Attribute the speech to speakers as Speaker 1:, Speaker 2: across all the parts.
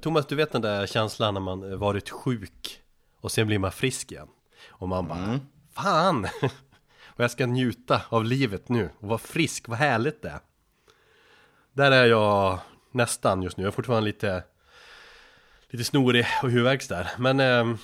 Speaker 1: Thomas, du vet den där känslan när man varit sjuk och sen blir man frisk igen. Och man bara, fan! Och jag ska njuta av livet nu och vara frisk, vad härligt det är. Där är jag nästan just nu. Jag är fortfarande lite snorig och huvudvärks där. Men...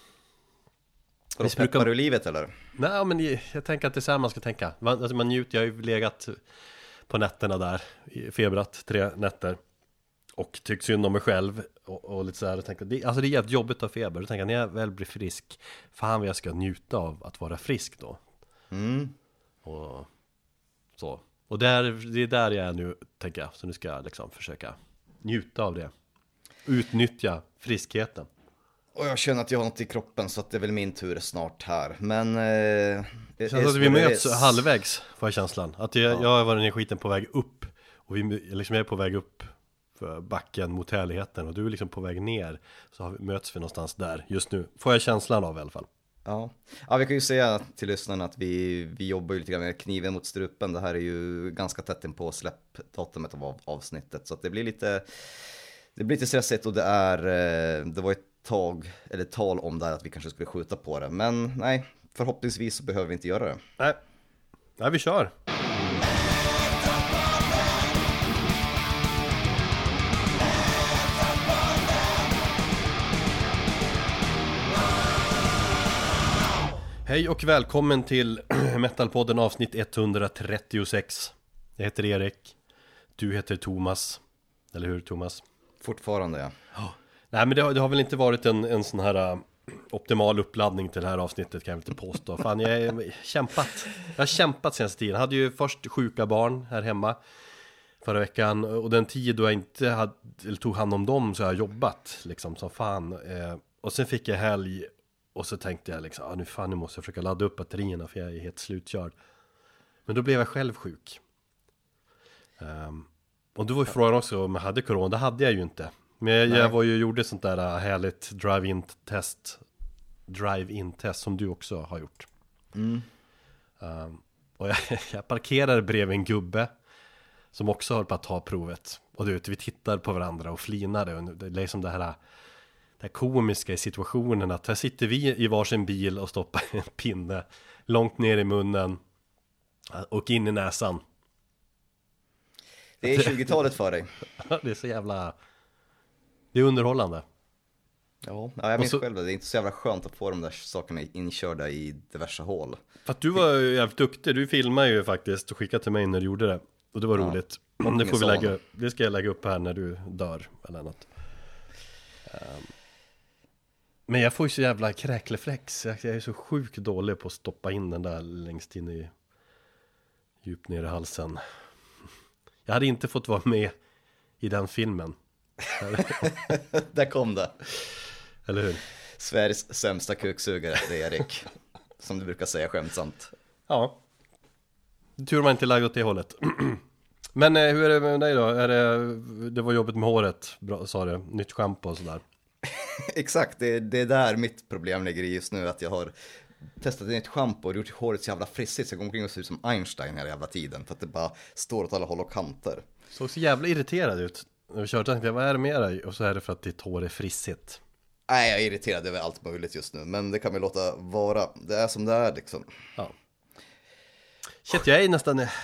Speaker 2: Peppar du livet eller?
Speaker 1: Nej, men jag tänker att det är så här man ska tänka. Alltså man njuter, jag har ju legat på nätterna där, febrat 3 nätter. Och tyckt synd om mig själv och lite så här och tänkte, det är jävligt jobbigt att ha feber. Då tänker jag, när jag väl blir frisk, fan vad jag ska njuta av att vara frisk då. Och så. Och det är där jag är nu, tänker jag. Så nu ska jag liksom försöka njuta av det. Utnyttja friskheten.
Speaker 2: Och jag känner att jag har något i kroppen, så att det är väl min tur snart här. Men...
Speaker 1: det känns att vi möts halvvägs, får jag känslan. Att jag har varit i skiten på väg upp. Och vi liksom är på väg upp för backen mot härligheten. Och du är liksom på väg ner. Så möts vi någonstans där just nu. Får jag känslan av i alla fall.
Speaker 2: Ja, vi kan ju säga till lyssnarna att vi jobbar ju lite grann med kniven mot strupen. Det här är ju ganska tätt in på släppdatumet av avsnittet. Så att det blir lite stressigt, och det var ett tal om det här att vi kanske skulle skjuta på det. Men nej, förhoppningsvis så behöver vi inte göra det.
Speaker 1: Nej, vi kör. Hej och välkommen till Metalpodden avsnitt 136. Jag heter Erik. Du heter Thomas. Eller hur, Thomas?
Speaker 2: Fortfarande, ja.
Speaker 1: Nej, men det har väl inte varit en sån här optimal uppladdning till det här avsnittet, kan jag inte påstå. Fan, jag har kämpat senaste tiden. Jag hade ju först sjuka barn här hemma förra veckan. Och den tid då jag inte tog hand om dem, så har jag jobbat liksom som fan. Och sen fick jag helg. Och så tänkte jag liksom, nu måste jag försöka ladda upp batterierna, för jag är helt slutkörd. Men då blev jag själv sjuk. Och då var ju frågan också om jag hade corona. Det hade jag ju inte. Men jag gjorde sånt där härligt drive-in test som du också har gjort. Och jag parkerade bredvid en gubbe som också höll på att ta provet. Och du vet, vi tittar på varandra och flinade. Och det är liksom det här komiska i situationen, att här sitter vi i varsin bil och stoppar en pinne långt ner i munnen och in i näsan.
Speaker 2: Det är 20-talet för dig.
Speaker 1: Det är så jävla... Det är underhållande.
Speaker 2: Ja, jag minns själv det är inte så jävla skönt att få de där sakerna inkörda i diverse hål.
Speaker 1: För att du var ju jävligt duktig, du filmade ju faktiskt och skickade till mig när du gjorde det. Och det var roligt. Det ska jag lägga upp här när du dör eller något. Men jag får ju så jävla kräkleflex. Jag är så sjukt dålig på att stoppa in den där längst in i djupt ner i halsen. Jag hade inte fått vara med i den filmen.
Speaker 2: Där kom det.
Speaker 1: Eller hur?
Speaker 2: Sveriges sämsta kuksugare, det är Erik. Som du brukar säga skämtsamt.
Speaker 1: Ja. Tur man inte lagd åt det hållet. Men hur är det med dig då? Det var jobbigt med håret, bra, sa du. Nytt shampoo och sådär.
Speaker 2: Exakt, det är där mitt problem ligger i just nu. Att jag har testat ett shampoo och gjort håret så jävla frissigt, så jag går omkring och ser ut som Einstein hela jävla tiden. För att det bara står åt alla håll och kanter.
Speaker 1: Såg så jävla irriterad ut. När vi körde, tänkte jag, vad är det med dig? Och så är det för att ditt hår är frissigt.
Speaker 2: Nej, jag är irriterad över allt möjligt just nu. Men det kan vi låta vara. Det är som det är liksom.
Speaker 1: Ja. Shit, jag är nästan... jag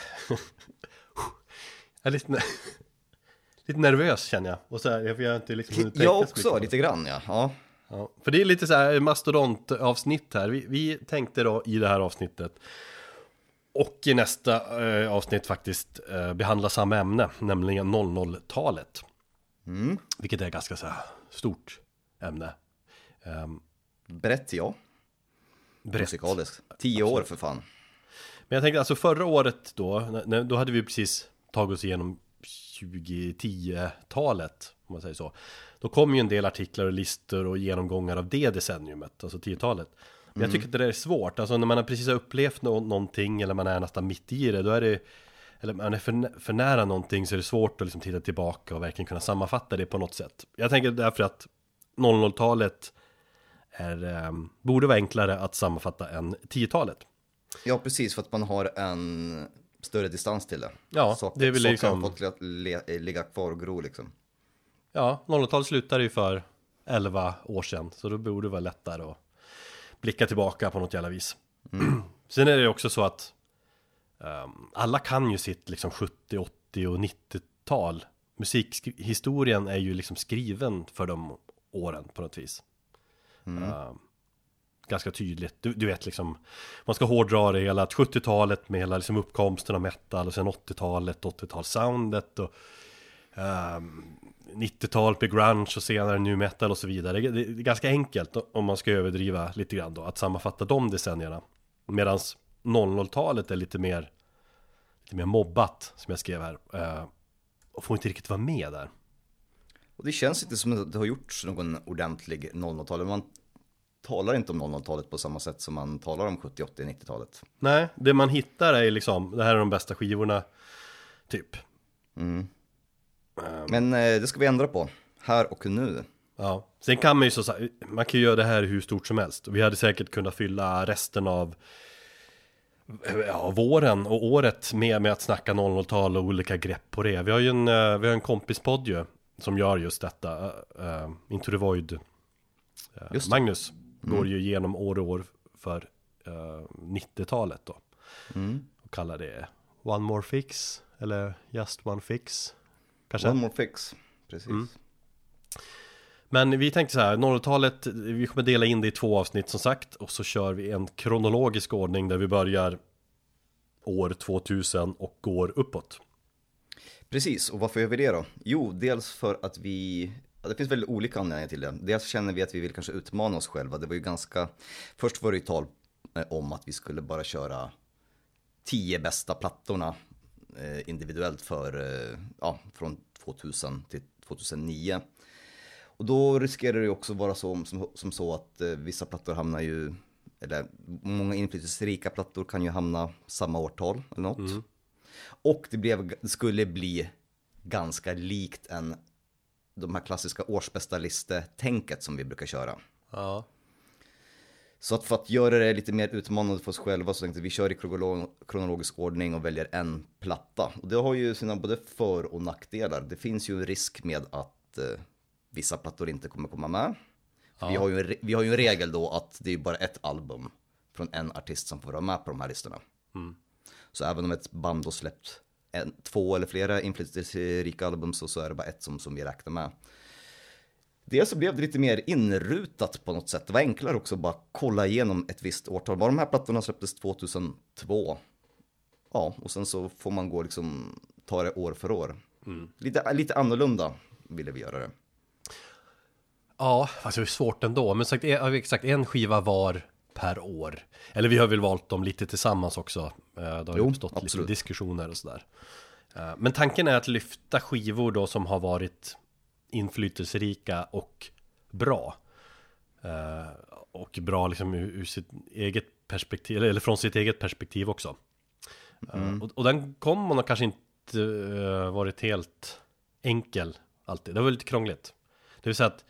Speaker 1: är lite nervös, känner jag. Och så här, jag har inte liksom...
Speaker 2: Jag också, lite grann, ja.
Speaker 1: Ja. För det är lite så här mastodontavsnitt här. Vi tänkte då i det här avsnittet och i nästa avsnitt faktiskt behandla samma ämne, nämligen 00-talet. Vilket är ganska så här stort ämne.
Speaker 2: Brett, ja. Musikaliskt. 10 år för fan.
Speaker 1: Men jag tänkte alltså förra året då hade vi precis tagit oss igenom 2010-talet, om man säger så. Då kom ju en del artiklar och listor och genomgångar av det decenniumet, alltså 10-talet. Men jag tycker att det är svårt, alltså när man har precis upplevt någonting eller man är nästan mitt i det, då är det, eller man är för nära någonting, så är det svårt att liksom titta tillbaka och verkligen kunna sammanfatta det på något sätt. Jag tänker därför att 00-talet borde vara enklare att sammanfatta än 10-talet.
Speaker 2: Ja, precis, för att man har en större distans till det.
Speaker 1: Ja, det är väl liksom...
Speaker 2: fått ligga kvar och gro liksom.
Speaker 1: ja, 00-talet slutade ju för 11 år sedan. Så då borde det vara lättare att blicka tillbaka på något jävla vis. Sen är det också så att alla kan ju sitt liksom 70, 80 och 90-tal. Musikhistorien är ju liksom skriven för de åren på något vis. Ganska tydligt. Du vet liksom, man ska hårdra det hela 70-talet med hela liksom uppkomsten av metal och sen 80-talet, 80-talssoundet och 90-talet med grunge och senare nu metal och så vidare. Det är ganska enkelt om man ska överdriva lite grann då, att sammanfatta de decennierna. Medan 00-talet är lite mer mobbat, som jag skrev här, och får inte riktigt vara med där.
Speaker 2: Och det känns inte som att det har gjorts någon ordentlig 00-tal. Man talar inte om 00-talet på samma sätt som man talar om 70, 80, 90-talet.
Speaker 1: Nej, det man hittar är liksom, det här är de bästa skivorna, typ.
Speaker 2: Men det ska vi ändra på, här och nu.
Speaker 1: Ja, sen kan man ju man kan ju göra det här hur stort som helst. Och vi hade säkert kunnat fylla resten av våren och året med att snacka 00-tal och olika grepp på det. Vi har ju en kompispodd ju, som gör just detta, Into the Void. Magnus går ju igenom år och år för 90-talet då. Och kallar det One More Fix, eller Just One Fix kanske?
Speaker 2: One More Fix, precis.
Speaker 1: Men vi tänkte så här, 00-talet, vi kommer dela in det i 2 avsnitt som sagt. Och så kör vi en kronologisk ordning där vi börjar år 2000 och går uppåt.
Speaker 2: Precis, och varför gör vi det då? Jo, dels för att det finns väldigt olika anledningar till det. Dels känner vi att vi vill kanske utmana oss själva. Det var ju först var det ju tal om att vi skulle bara köra 10 bästa plattorna individuellt från 2000 till 2009. Och då riskerar det också vara som så att vissa plattor hamnar ju, eller många inflytelserika plattor kan ju hamna samma årtal eller något. Och det skulle bli ganska likt de här klassiska årsbästa listetänket som vi brukar köra.
Speaker 1: Ja.
Speaker 2: Så för att göra det lite mer utmanande för oss själva så tänkte vi kör i kronologisk ordning och väljer en platta. Och det har ju sina både för- och nackdelar. Det finns ju en risk med att vissa plattor inte kommer komma med. Ja. Vi har ju en regel då att det är bara ett album från en artist som får vara med på de här listorna. Så även om ett band har släppt 2 eller flera inflytelserika album så är det bara ett som vi räknar med. Dels så blev det lite mer inrutat på något sätt. Det var enklare också att bara kolla igenom ett visst årtal. Bara de här plattorna släpptes 2002. Ja, och sen så får man gå liksom, ta det år för år. Lite annorlunda ville vi göra det.
Speaker 1: Ja, alltså det är svårt ändå. Men exakt en skiva var per år. Eller vi har väl valt dem lite tillsammans också. Det har uppstått absolut lite diskussioner och sådär. Men tanken är att lyfta skivor då som har varit inflytelserika och bra. Och bra liksom ur sitt eget perspektiv, eller från sitt eget perspektiv också. Och den kommer nog kanske inte varit helt enkel alltid. Det var lite krångligt. Det vill säga att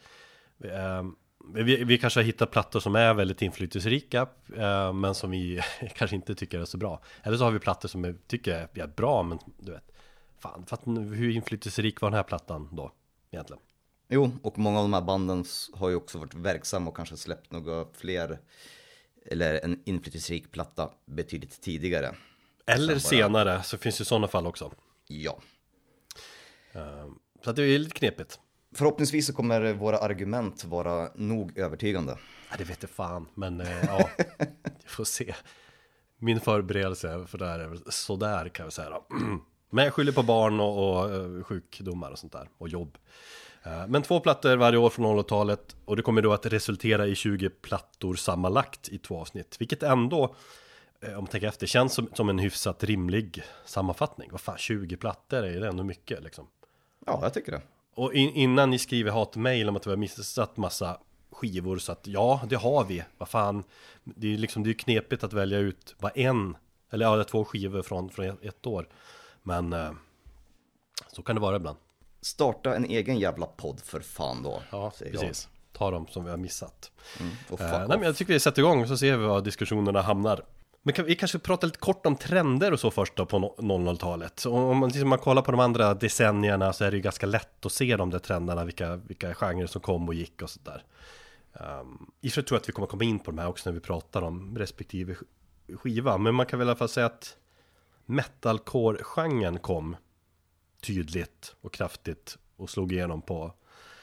Speaker 1: vi kanske har hittat plattor som är väldigt inflytelserika, men som vi kanske inte tycker är så bra. Eller så har vi plattor som vi tycker är bra, men du vet, hur inflytelserik var den här plattan då egentligen?
Speaker 2: Jo, och många av de här banden har ju också varit verksamma och kanske släppt några fler, eller en inflytelserik platta betydligt tidigare.
Speaker 1: Eller senare, så finns ju sådana fall också.
Speaker 2: Ja.
Speaker 1: Så att det är lite knepigt.
Speaker 2: Förhoppningsvis så kommer våra argument vara nog övertygande.
Speaker 1: Ja, det vet jag fan, men ja, jag får se. Min förberedelse för det här är väl sådär, kan jag säga då. Men jag skyller på barn och sjukdomar och sånt där, och jobb. Men 2 plattor varje år från 00-talet, och det kommer då att resultera i 20 plattor sammanlagt i 2 avsnitt. Vilket ändå, om man tänker efter, känns som en hyfsat rimlig sammanfattning. Vad fan, 20 plattor är det ändå mycket liksom.
Speaker 2: Ja, jag tycker det.
Speaker 1: Och innan ni skriver hatmejl om att vi har missat massa skivor, så att ja, det har vi. Vad fan, det är liksom, det är knepigt att välja ut bara en, eller ja, 2 skivor från ett år. Men så kan det vara ibland.
Speaker 2: Starta en egen jävla podd för fan då.
Speaker 1: Ja, precis. Ta dem som vi har missat.
Speaker 2: Och
Speaker 1: nej, men jag tycker vi sätter igång, så ser vi var diskussionerna hamnar. Men vi kanske pratar lite kort om trender och så först då på 00-talet. Så om man kollar på de andra decennierna så är det ju ganska lätt att se de där trenderna, vilka genrer som kom och gick och sådär. Jag tror att vi kommer komma in på de här också när vi pratar om respektive skiva. Men man kan väl i alla fall säga att metalcore-genren kom tydligt och kraftigt och slog igenom på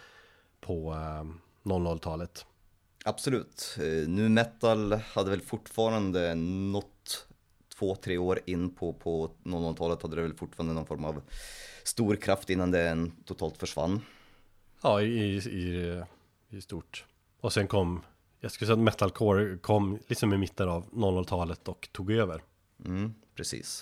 Speaker 1: 00-talet.
Speaker 2: Absolut. Nu metal hade väl fortfarande nått 2-3 år in på 00-talet, hade det väl fortfarande någon form av stor kraft innan det totalt försvann.
Speaker 1: Ja, i stort. Och sen jag skulle säga att metalcore kom liksom i mitten av 00-talet och tog över.
Speaker 2: Precis.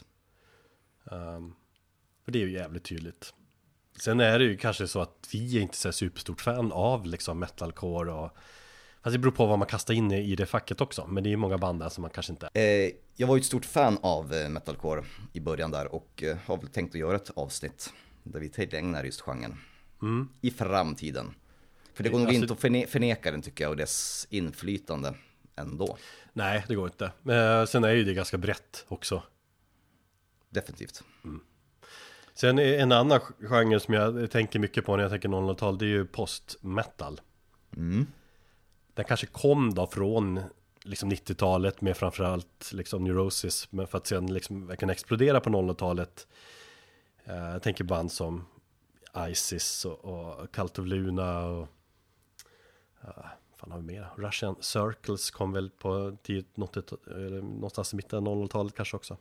Speaker 1: För det är ju jävligt tydligt. Sen är det ju kanske så att vi är inte så superstort fan av liksom metalcore fast det beror på vad man kastar in i det facket också. Men det är ju många band där som man kanske inte
Speaker 2: Jag var ju ett stort fan av metalcore i början där och har väl tänkt att göra ett avsnitt där vi tillägnar just genren i framtiden. För det går nog inte att förneka den tycker jag och dess inflytande ändå.
Speaker 1: Nej, det går inte. Men sen är ju det ganska brett också.
Speaker 2: Definitivt.
Speaker 1: Sen en annan genre som jag tänker mycket på när jag tänker 00-tal, det är ju post-metal. Den kanske kom då från liksom 90-talet med framförallt liksom Neurosis, men för att sen liksom verkligen explodera på 00-talet. Jag tänker band som Isis och Cult of Luna och fan har vi mer? Russian Circles kom väl på någonstans i mitten av 00-talet kanske också.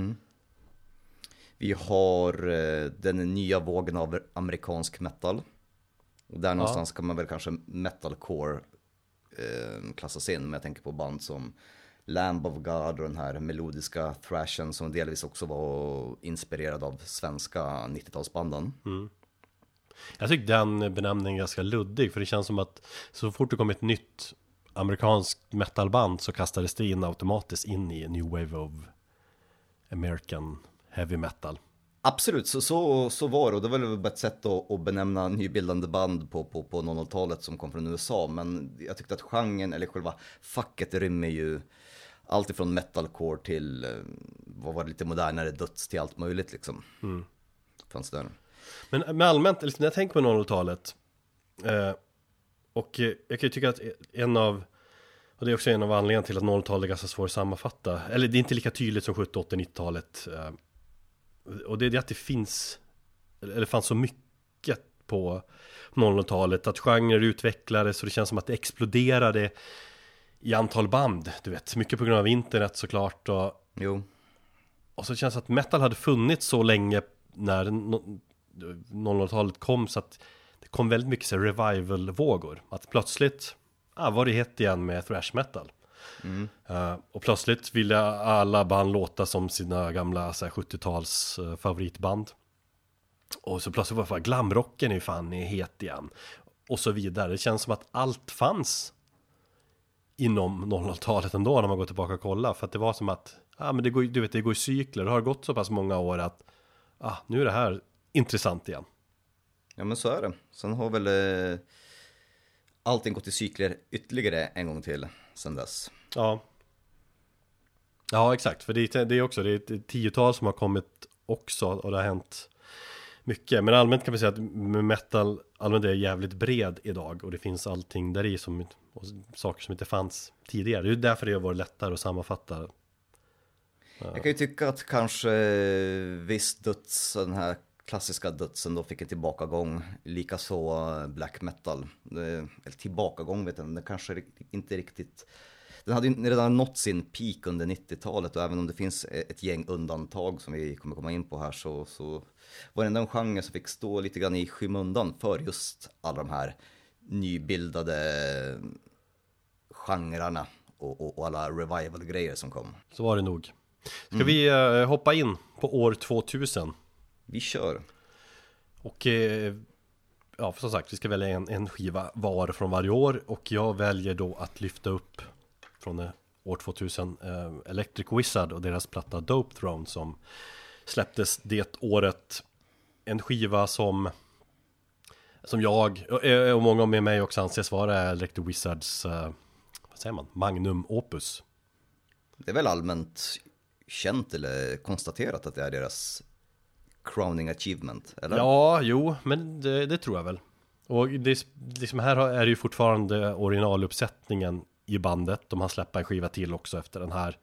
Speaker 2: Vi har den nya vågen av amerikansk metal. Och där någonstans kan man väl kanske metalcore klassas in. Men jag tänker på band som Lamb of God och den här melodiska thrashen som delvis också var inspirerad av svenska 90-talsbanden.
Speaker 1: Jag tycker den benämningen är ganska luddig, för det känns som att så fort det kommer ett nytt amerikanskt metalband så kastades det in automatiskt in i New Wave of American Heavy Metal.
Speaker 2: Absolut, så var det. Och det var väl bara ett sätt att benämna nybildande band på 00-talet som kom från USA. Men jag tyckte att genren, eller själva facket, rymmer ju allt ifrån metalcore till vad var det, lite modernare döds till allt möjligt liksom. Fanns där.
Speaker 1: Men med allmänt, liksom, när jag tänker på 00-talet och jag kan ju tycka att och det är också en av anledningarna till att 00-talet är ganska svårt att sammanfatta. Eller det är inte lika tydligt som 70-, 80-, 90-talet. Och det är att det fanns så mycket på 00-talet. Att genrer utvecklades och det känns som att det exploderade i antal band. Du vet, mycket på grund av internet såklart. Och så känns det att metal hade funnits så länge när 00-talet kom, så att det kom väldigt mycket så revival-vågor. Att plötsligt var det hett igen med thrash metal. Och plötsligt ville alla band låta som sina gamla 70-tals favoritband. Och så plötsligt var glamrocken är fan het igen. Och så vidare. Det känns som att allt fanns inom 00-talet ändå när man går tillbaka och kollar. För att det var som att men det går i cykler. Det har gått så pass många år att nu är det här intressant igen.
Speaker 2: Ja, men så är det. Sen har väl allting gått i cykler ytterligare en gång till sen dess.
Speaker 1: Ja, exakt. För det är också det är ett 10-tal som har kommit också och det har hänt mycket. Men allmänt kan vi säga att metal allmänt är jävligt bred idag och det finns allting där i och saker som inte fanns tidigare. Det är därför det har varit lättare att sammanfatta.
Speaker 2: Jag kan ju tycka att kanske viss döds, den här klassiska dödsen då fick en tillbakagång, likaså black metal. Eller tillbakagång vet jag, det kanske inte riktigt. Den hade ju redan nått sin peak under 90-talet och även om det finns ett gäng undantag som vi kommer komma in på här så var det ändå en genre som fick stå lite grann i skymundan för just alla de här nybildade genrerna och alla revival-grejer som kom.
Speaker 1: Så var det nog. Ska vi hoppa in på år 2000?
Speaker 2: Vi kör.
Speaker 1: Och för som sagt, vi ska välja en skiva var från varje år. Och jag väljer då att lyfta upp från år 2000 Electric Wizard och deras platta Dope Throne som släpptes det året. En skiva som jag och många med mig också anses vara Electric Wizards vad säger man? Magnum opus.
Speaker 2: Det är väl allmänt känt eller konstaterat att det är deras crowning achievement, eller?
Speaker 1: Ja, jo, men det tror jag väl. Och det, liksom här är det ju fortfarande originaluppsättningen i bandet. De har släppt en skiva till också efter den här.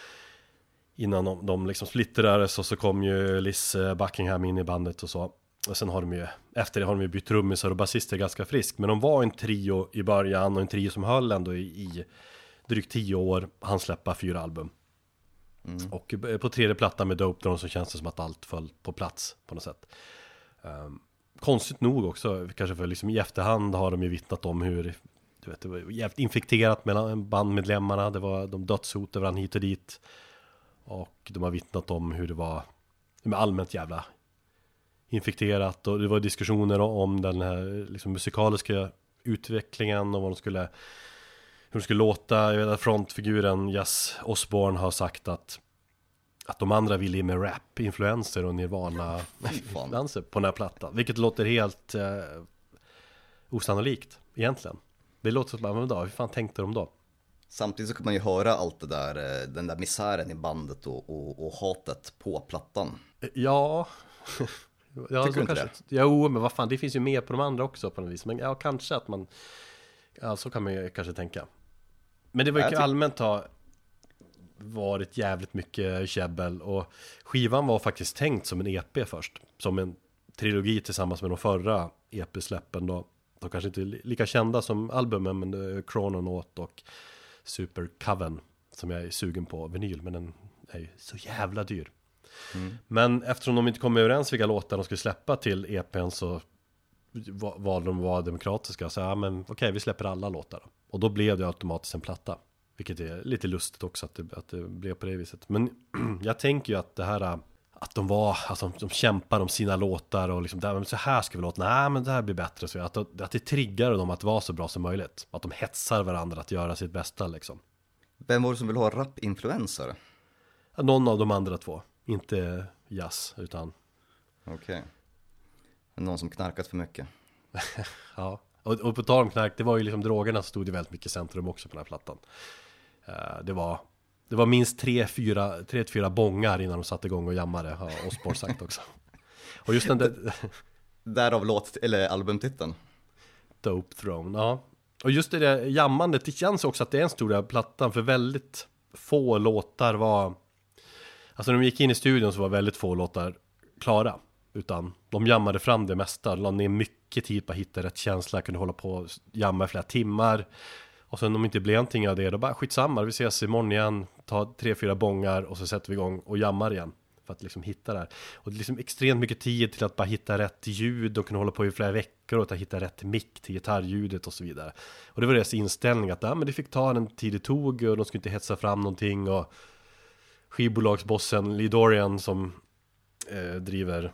Speaker 1: Innan de liksom splittrades, och så kom ju Liz Buckingham in i bandet och så. Och sen har de ju, efter det har de ju bytt trummisar och basister ganska frisk. Men de var en trio i början, och en trio som höll ändå i drygt 10 år. Han släppa 4 album. Och på tredje plattan med Dope Throne så känns det som att allt föll på plats på något sätt. Konstigt nog också, kanske för liksom i efterhand har de ju vittnat om hur, du vet, det var jävligt infekterat mellan bandmedlemmarna. Det var de dödshot över han hit och dit. Och de har vittnat om hur det var med allmänt jävla infekterat. Och det var diskussioner om den här liksom musikaliska utvecklingen och vad hur de skulle låta. Jag vet att frontfiguren Jas Osborne har sagt att de andra ville med rap-influenser och Nirvana-influenser på den här plattan. Vilket låter helt osannolikt egentligen. Det låter som att, hur fan tänkte de då?
Speaker 2: Samtidigt så kan man ju höra allt det där, den där misären i bandet och hatet på plattan.
Speaker 1: Ja. Ja,
Speaker 2: tycker du inte
Speaker 1: kanske,
Speaker 2: det?
Speaker 1: Jo, men vad fan, det finns ju mer på de andra också på något vis. Men ja, kanske att man, ja, så kan man ju kanske tänka. Men det var ju allmänt ha varit jävligt mycket käbbel. Och skivan var faktiskt tänkt som en EP först. Som en trilogi tillsammans med de förra EP-släppen då. De kanske inte är lika kända som albumen, men det är Chrononaut och Super Coven som jag är sugen på vinyl, men den är ju så jävla dyr. Men eftersom de inte kom överens vilka låtar de skulle släppa till EPn, så valde de att vara demokratiska och sa, ja men okej, vi släpper alla låtar då. Och då blev det automatiskt en platta, vilket är lite lustigt också att det blev på det viset. Men jag tänker ju att det här, att de kämpar om sina låtar och liksom, så här ska vi låta, nej men det här blir bättre, så att det triggar dem att vara så bra som möjligt, att de hetsar varandra att göra sitt bästa liksom.
Speaker 2: Vem var det som vill ha rap-influencer?
Speaker 1: Någon av de andra två, inte jazz, utan
Speaker 2: Okej. Någon som knarkat för mycket.
Speaker 1: ja, och på tal om knark, det var ju liksom drogerna som stod i väldigt mycket centrum också på den här plattan. Det var minst 3-4 bångar innan de satte igång och jammade, har Osborne sagt också. Och just den där
Speaker 2: Därav eller albumtiteln.
Speaker 1: Dope Throne, ja. Och just det där jammandet, det känns också att det är en stor del av plattan, för väldigt få låtar var, alltså när de gick in i studion så var väldigt få låtar klara, utan de jammade fram det mesta, la ner mycket tid på att hitta rätt känsla, kunde hålla på och jamma i flera timmar. Och sen om det inte blev någonting av det, då bara skitsamma, vi ses imorgon igen, ta 3-4 bångar och så sätter vi igång och jammar igen. För att liksom hitta det här. Och det är liksom extremt mycket tid till att bara hitta rätt ljud och kunna hålla på i flera veckor och att hitta rätt mick till gitarrljudet och så vidare. Och det var deras inställning att men det fick ta den tid det tog och de skulle inte hetsa fram någonting. Och skivbolagsbossen Lee Dorian som driver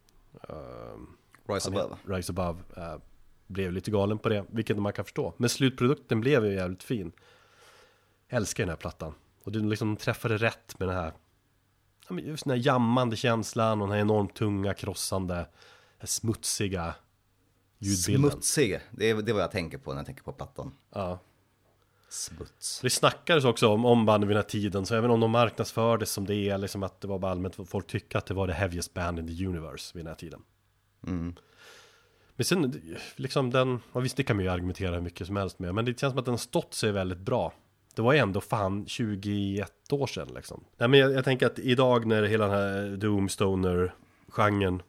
Speaker 1: Rise Above blev lite galen på det, vilket man kan förstå. Men slutprodukten blev ju jävligt fin. Jag älskar den här plattan. Och det liksom träffade rätt med den här, just den här jammande känslan och den här enormt tunga, krossande, smutsiga ljudbilden.
Speaker 2: Smutsig, det är vad jag tänker på när jag tänker på plattan.
Speaker 1: Ja.
Speaker 2: Smuts.
Speaker 1: Det snackades också om bandet vid den här tiden, så även om de marknadsfördes som det är, liksom att det var bara allmänt, folk tyckte att det var the heaviest band in the universe vid den här tiden. Men sen liksom den, visst det kan man ju argumentera hur mycket som helst med, men det känns som att den stått sig väldigt bra. Det var ju ändå fan 21 år sedan liksom. Nej, men jag tänker att idag när hela den här Doom-Stoner-genren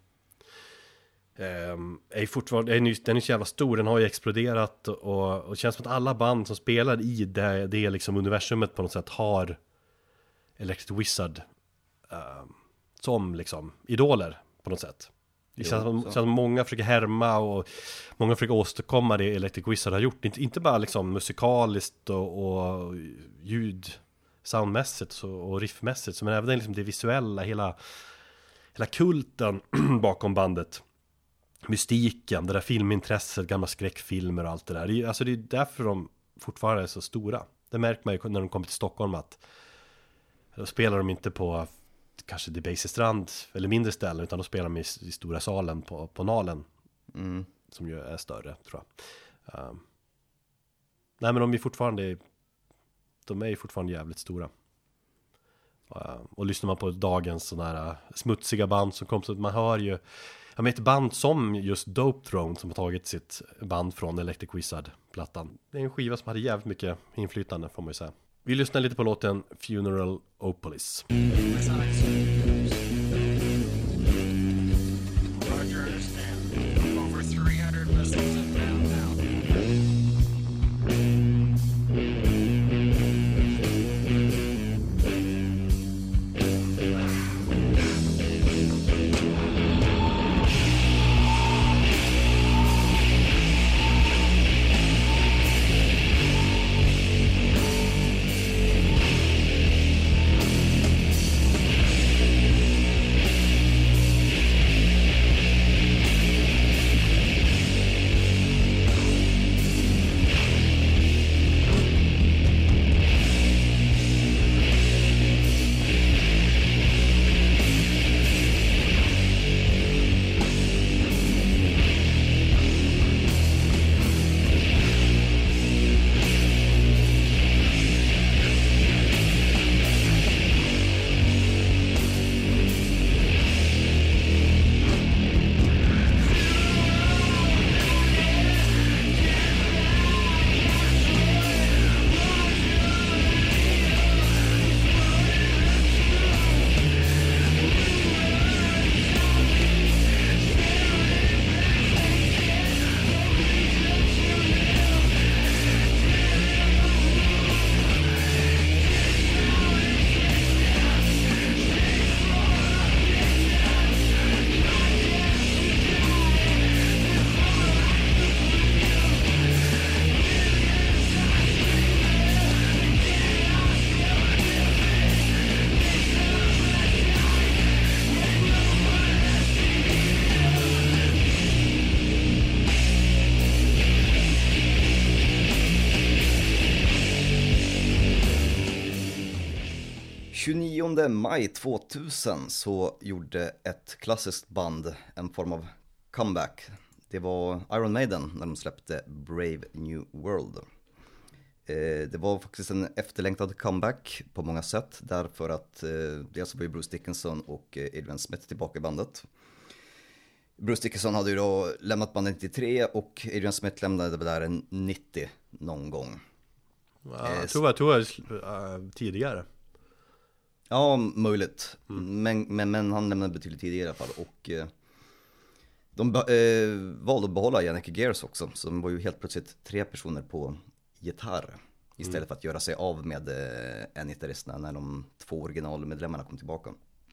Speaker 1: är fortfarande, den är så jävla stor, den har ju exploderat och det känns som att alla band som spelar i det liksom universumet på något sätt har Electric Wizard som liksom idoler på något sätt. Det känns som många försöker härma och många försöker åstadkomma det Electric Wizard har gjort. Inte bara liksom musikaliskt och ljud, soundmässigt och riffmässigt, men även liksom det visuella, hela kulten bakom bandet. Mystiken, det där filmintresset, gamla skräckfilmer och allt det där. Alltså det är därför de fortfarande är så stora. Det märker man ju när de kommer till Stockholm, att då spelar de inte på kanske Debaser-strand eller mindre ställen, utan då spelar de i stora salen på Nalen, som ju är större, tror jag. Nej, men de är ju fortfarande jävligt stora. Och lyssnar man på dagens sådana här smutsiga band som kom, så att man hör ju ett band som just Dope Throne som har tagit sitt band från Electric Wizard-plattan. Det är en skiva som hade jävligt mycket inflytande, får man ju säga. Vi lyssnar lite på låten Funeral Opolis.
Speaker 2: Maj 2000 så gjorde ett klassiskt band en form av comeback. Det var Iron Maiden när de släppte Brave New World. Det var faktiskt en efterlängtad comeback på många sätt, därför att dels var ju Bruce Dickinson och Adrian Smith tillbaka i bandet. Bruce Dickinson hade ju då lämnat bandet 93 och Adrian Smith lämnade det där en 90 någon gång.
Speaker 1: Jag tror tidigare.
Speaker 2: Ja, möjligt. Men han lämnade betydligt tidigare i alla fall. Och de valde att behålla Janneke Gears också. Så de var ju helt plötsligt 3 personer på gitarr. Istället för att göra sig av med en gitarrist när de 2 originalmedlemmarna kom tillbaka.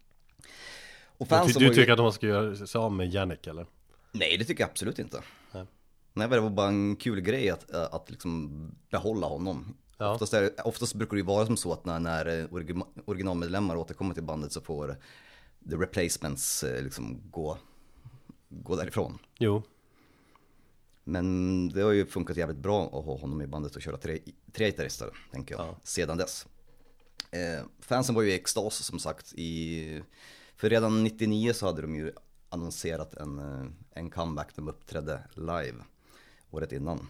Speaker 2: Och
Speaker 1: du tycker att de ska göra sig av med Janneke, eller?
Speaker 2: Nej, det tycker jag absolut inte. Nej, det var bara en kul grej att liksom behålla honom. Ja. Oftast brukar det ju vara som så att när originalmedlemmar återkommer till bandet så får the replacements liksom gå därifrån.
Speaker 1: Jo.
Speaker 2: Men det har ju funkat jävligt bra att ha honom i bandet och köra 3 gitarrister, tänker jag, sedan dess. Fansen var ju i extas som sagt. För redan 99 så hade de ju annonserat en comeback. De uppträdde live året innan.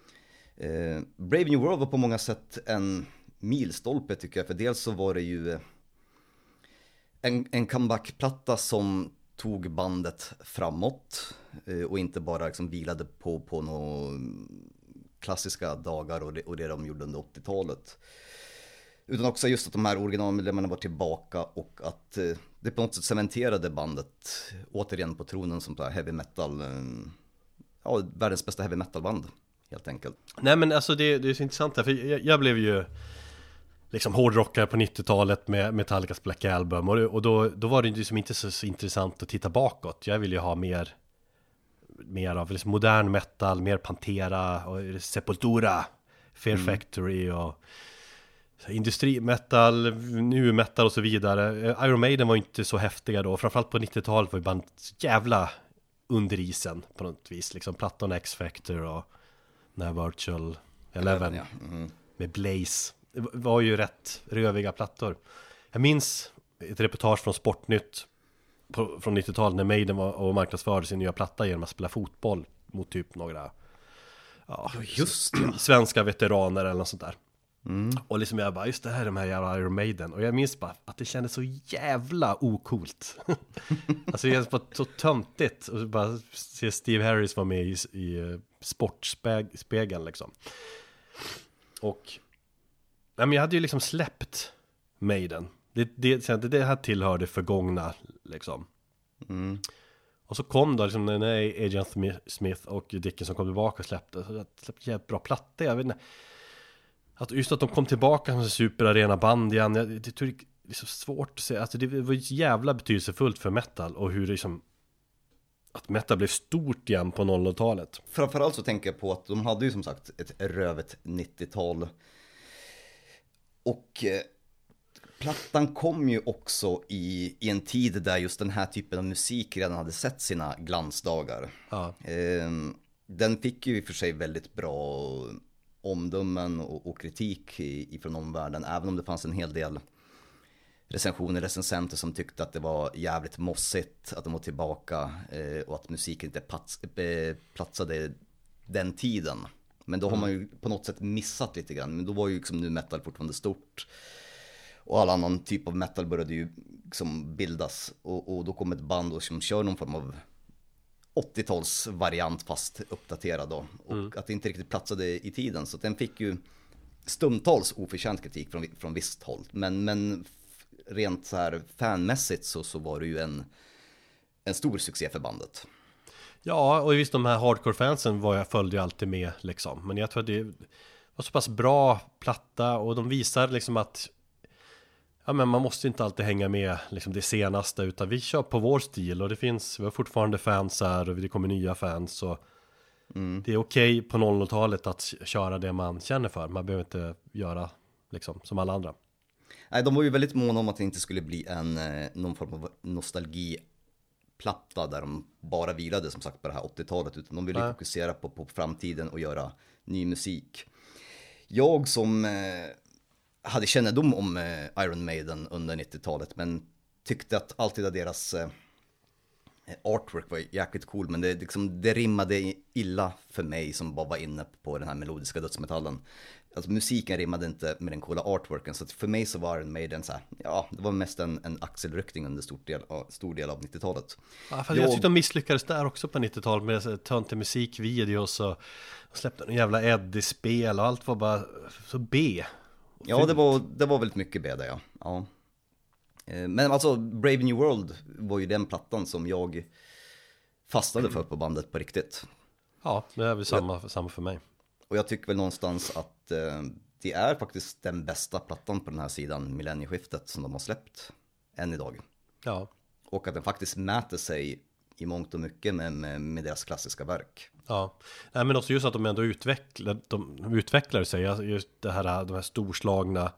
Speaker 2: Brave New World var på många sätt en milstolpe, tycker jag. För dels så var det ju en comebackplatta som tog bandet framåt och inte bara liksom vilade på några klassiska dagar och det de gjorde under 80-talet. Utan också just att de här originalmedlemmarna var tillbaka och att det på något sätt cementerade bandet återigen på tronen som heavy metal, världens bästa heavy metal band helt enkelt.
Speaker 1: Nej, men alltså det är så intressant här, för jag blev ju liksom hårdrockare på 90-talet med Metallicas Black Album och då var det liksom inte så intressant att titta bakåt. Jag ville ju ha mer av liksom modern metal, mer Pantera och Sepultura, Fear Factory och industrimetal, nu metal och så vidare. Iron Maiden var inte så häftiga då, framförallt på 90-talet var ju bandet så jävla under isen på något vis, liksom Platton, X-Factor och Virtual Eleven med Blaze. Det var ju rätt röviga plattor. Jag minns ett reportage från Sportnytt från 90-talet när Maiden var och marknadsförde sin nya platta genom att spela fotboll mot typ några svenska veteraner eller något sånt där. Och liksom jag bara, just det här är de här jävla Iron Maiden. Och jag minns bara att det kändes så jävla okult. Alltså det kändes bara så töntigt. Och bara se Steve Harris vara med i sportspegeln liksom. Och men jag hade ju liksom släppt Maiden. Det här tillhörde förgångna liksom. Och så kom då liksom när Agent Smith och Dickinson kom tillbaka och släppte jävligt bra platta. Jag vet inte. Just att de kom tillbaka som superarena band igen. Det tror det är så svårt att säga. Alltså det var ju jävla betydelsefullt för metal. Och hur det liksom, att metal blev stort igen på 00-talet.
Speaker 2: Framförallt så tänker jag på att de hade ju som sagt ett rövet 90-tal. Och plattan kom ju också i en tid där just den här typen av musik redan hade sett sina glansdagar.
Speaker 1: Ja.
Speaker 2: Den fick ju i och för sig väldigt bra omdömen och kritik ifrån omvärlden, även om det fanns en hel del recensenter som tyckte att det var jävligt mossigt att de var tillbaka och att musiken inte platsade den tiden. Men då har man ju på något sätt missat lite grann. Men då var ju liksom nu metal fortfarande stort. Och all annan typ av metal började ju liksom bildas. Och då kom ett band som kör någon form av 80-talsvariant fast uppdaterad då. Och att det inte riktigt platsade i tiden. Så den fick ju stundtals oförtjänt kritik från visst håll. Men rent så här fanmässigt så var det ju en stor succé för bandet.
Speaker 1: Ja, och visst de här hardcore-fansen följde ju alltid med liksom. Men jag tror att det var så pass bra platta. Och de visar liksom att ja, men man måste inte alltid hänga med liksom det senaste, utan vi kör på vår stil. Och vi har fortfarande fans här och det kommer nya fans. Så det är okej på 00-talet att köra det man känner för. Man behöver inte göra liksom som alla andra.
Speaker 2: Nej, de var ju väldigt måna om att det inte skulle bli någon form av nostalgiplatta där de bara vilade som sagt på det här 80-talet, utan de ville fokusera på framtiden och göra ny musik. Jag som hade kännedom om Iron Maiden under 90-talet, men tyckte att alltid att deras artwork var jäkligt cool, men det rimmade illa för mig som bara var inne på den här melodiska dödsmetallen. Alltså musiken rimmade inte med den coola artworken, så för mig så var Iron Maiden så här, ja, det var mest en axelryckning under stor del av 90-talet.
Speaker 1: Ja, jag tyckte de misslyckades där också på 90-talet med töntig musikvideos och släppte en jävla Eddie-spel och allt var bara så B.
Speaker 2: Ja, det var väldigt mycket B där, ja. Men alltså Brave New World var ju den plattan som jag fastnade för på bandet på riktigt.
Speaker 1: Ja, det är väl samma för mig.
Speaker 2: Och jag tycker väl någonstans att det är faktiskt den bästa plattan på den här sidan millennieskiftet som de har släppt än idag. Ja. Och att den faktiskt mäter sig i mångt och mycket med deras klassiska verk.
Speaker 1: Ja, nej, men också just att de ändå utvecklar sig. Just de här storslagna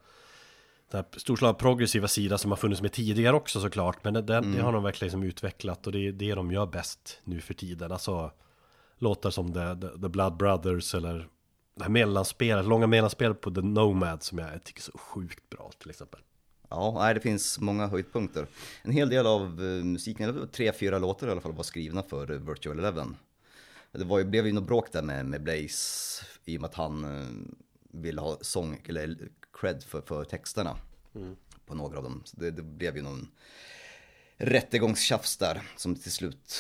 Speaker 1: progressiva sidan som har funnits med tidigare också såklart. Men det har de verkligen liksom utvecklat, och det är det de gör bäst nu för tiden. Alltså låtar som The Blood Brothers eller det här långa mellanspelet på The Nomad som jag tycker är så sjukt bra till exempel.
Speaker 2: Ja, det finns många höjdpunkter. En hel del av musiken, 3-4 låtar i alla fall var skrivna för Virtual Eleven. Det blev ju något bråk där med Blaze i och med att han ville ha sång eller cred för texterna på några av dem. Så det blev ju någon rättegångstjafs där som till slut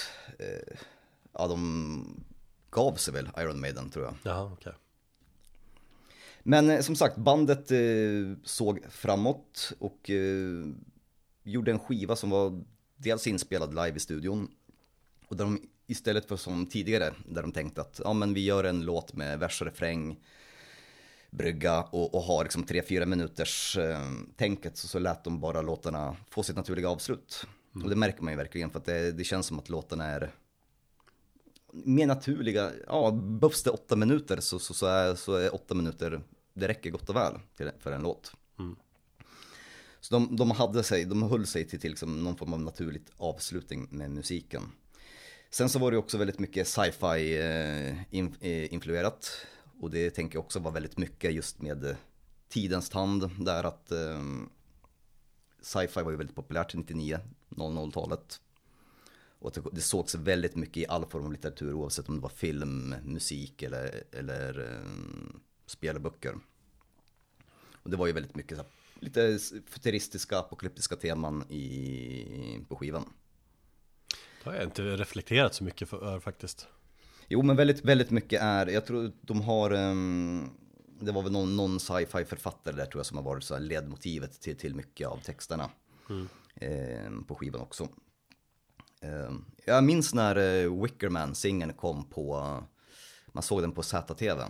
Speaker 2: de gav sig väl, Iron Maiden tror jag.
Speaker 1: Jaha, okej.
Speaker 2: Men som sagt, bandet såg framåt och gjorde en skiva som var dels inspelad live i studion, och där de istället för som tidigare där de tänkte att men vi gör en låt med vers och refräng, brygga och har liksom 3-4 minuters tänket, så lät de bara låtarna få sitt naturliga avslut. Och det märker man ju verkligen, för att det känns som att låtarna är mer naturliga. Ja, behövs det 8 minuter så är 8 minuter, det räcker gott och väl för en låt. Så de höll sig till liksom någon form av naturligt avslutning med musiken. Sen så var det också väldigt mycket sci-fi influerat, och det tänker jag också var väldigt mycket just med tidens tand där, att sci-fi var ju väldigt populärt 99-00-talet. Och det sågs väldigt mycket i all form av litteratur, oavsett om det var film, musik eller spelböcker. Och det var ju väldigt mycket så här, lite futuristiska, apokalyptiska teman på skivan.
Speaker 1: Det har jag inte reflekterat så mycket för faktiskt.
Speaker 2: Jo, men väldigt, väldigt mycket jag tror de har, det var väl någon sci-fi författare där tror jag som har varit så här ledmotivet till mycket av texterna på skivan också. Jag minns när Wickerman-singeln kom man såg den på ZTV.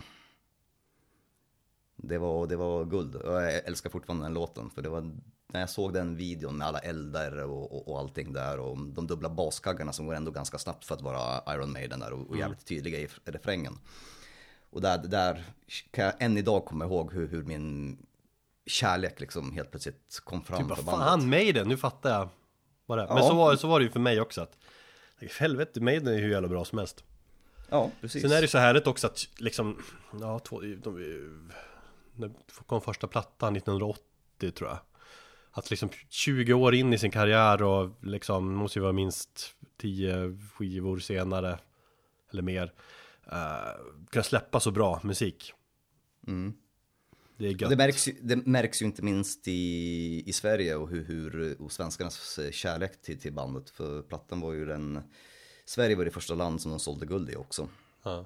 Speaker 2: Det var guld, och jag älskar fortfarande den låten, för det var när jag såg den videon med alla eldar och allting där, och de dubbla baskaggarna som går ändå ganska snabbt för att vara Iron Maiden där, och jävligt tydliga i refrängen. Och där kan jag än idag komma ihåg hur min kärlek liksom helt plötsligt kom fram
Speaker 1: typ,
Speaker 2: för bandet.
Speaker 1: Fan, Maiden, nu fattar jag vad det är. Men så var det ju för mig också, att helvete, Maiden är ju hur jävla bra som helst.
Speaker 2: Ja, precis.
Speaker 1: Sen är det så härligt också att liksom, när kom första plattan 1980 tror jag, att liksom 20 år in i sin karriär och liksom måste ju vara minst 10 skivor senare eller mer, kunna släppa så bra musik. Det är gött.
Speaker 2: Det märks ju inte minst i Sverige, och hur svenskarnas kärlek till bandet, för plattan var ju Sverige var det första land som de sålde guld i också.
Speaker 1: Ja.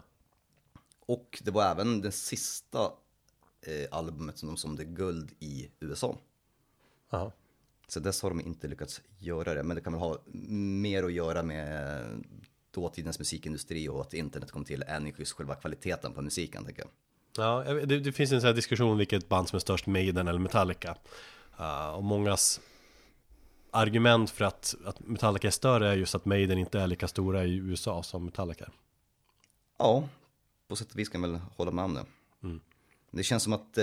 Speaker 2: Och det var även det sista albumet som de sålde guld i USA.
Speaker 1: Aha.
Speaker 2: Så dess har de inte lyckats göra det, men det kan väl ha mer att göra med dåtidens musikindustri och att internet kom till, än just själva kvaliteten på musiken, tänker jag.
Speaker 1: Ja, det finns en sån här diskussion vilket band som är störst, Maiden eller Metallica. Och mångas argument för att Metallica är större är just att Maiden inte är lika stora i USA som Metallica.
Speaker 2: Ja, på sätt och vis kan jag väl hålla med om det. Det känns som att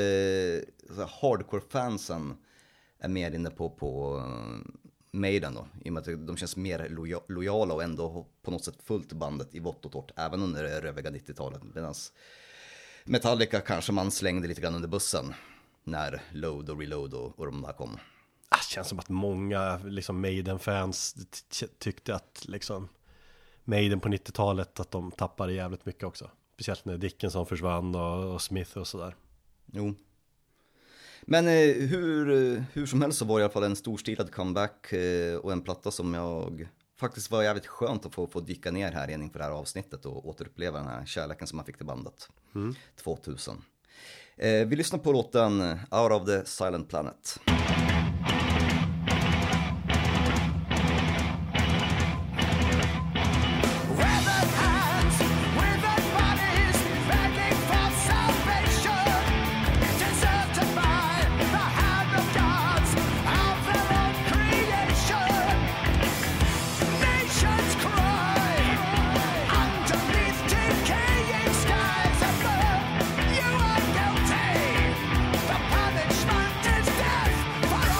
Speaker 2: hardcore-fansen är mer inne på Maiden då, i och med att de känns mer lojala och ändå på något sätt fullt bandet i vått och torrt, även under det röviga 90-talet. Medan Metallica kanske man slängde lite grann under bussen när Load och Reload och de där kom.
Speaker 1: Det känns som att många liksom Maiden-fans tyckte att liksom Maiden på 90-talet, att de tappade jävligt mycket också. Speciellt när Dickinson försvann och Smith och sådär.
Speaker 2: Jo. Men hur som helst så var det i alla fall en storstilad comeback och en platta som jag faktiskt var jävligt skönt att få dyka ner här inför det här avsnittet och återuppleva den här kärleken som man fick till bandet 2000. Vi lyssnar på låten Out of the Silent Planet.
Speaker 3: Punishment is death.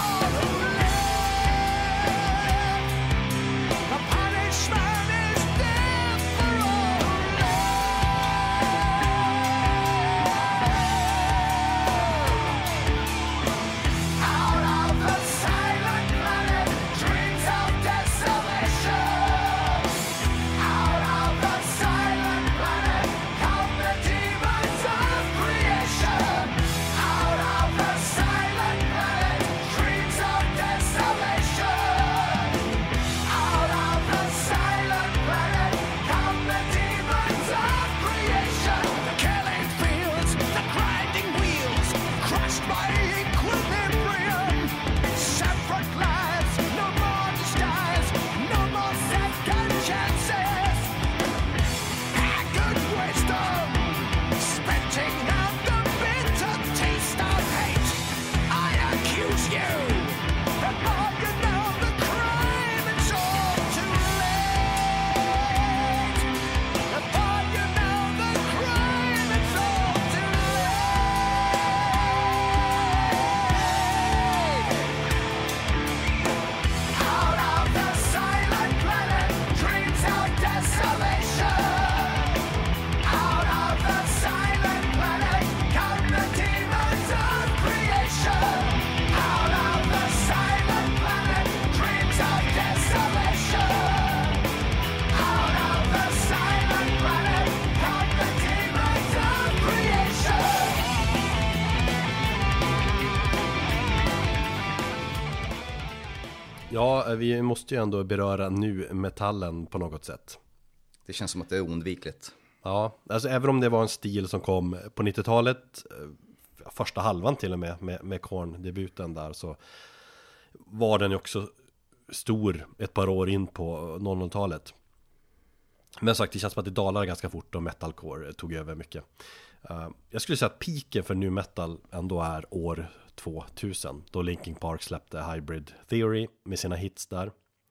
Speaker 1: Ja, vi måste ju ändå beröra nu metallen på något sätt.
Speaker 2: Det känns som att det är oundvikligt.
Speaker 1: Ja, alltså även om det var en stil som kom på 90-talet, första halvan till och med Korn-debuten där, så var den ju också stor ett par år in på 00-talet. Men sagt, det känns som att det dalar ganska fort och metalcore tog över mycket. Jag skulle säga att piken för nu metal ändå är år 2000, då Linkin Park släppte Hybrid Theory med sina hits där.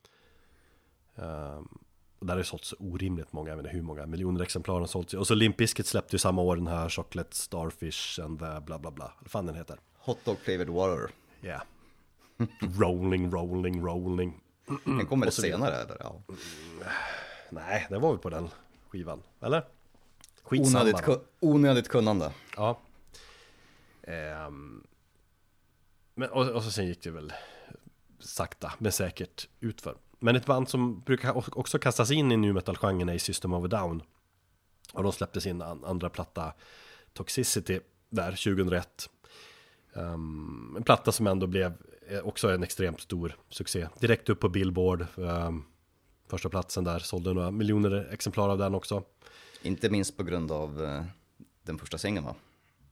Speaker 1: Och där har det sålt så orimligt många, jag vet inte hur många miljoner exemplar har sålt. Och så Limp Bizkit släppte ju samma år den här Chocolate Starfish and the bla bla bla, vad fan den heter.
Speaker 2: Hot Dog Flavored Water.
Speaker 1: Ja. Yeah. rolling.
Speaker 2: Den kommer det senare eller? Ja.
Speaker 1: Nej, det var väl på den skivan, eller?
Speaker 2: Onödigt kunnande.
Speaker 1: Ja. Men, och så sen gick det väl sakta men säkert utför. Men ett band som brukar också kastas in i nu metal-genren är System of a Down. Och de släppte sin andra platta Toxicity där 2001. En platta som ändå blev också en extremt stor succé. Direkt upp på Billboard. Första platsen där, sålde några miljoner exemplar av den också.
Speaker 2: Inte minst på grund av den första singeln, va?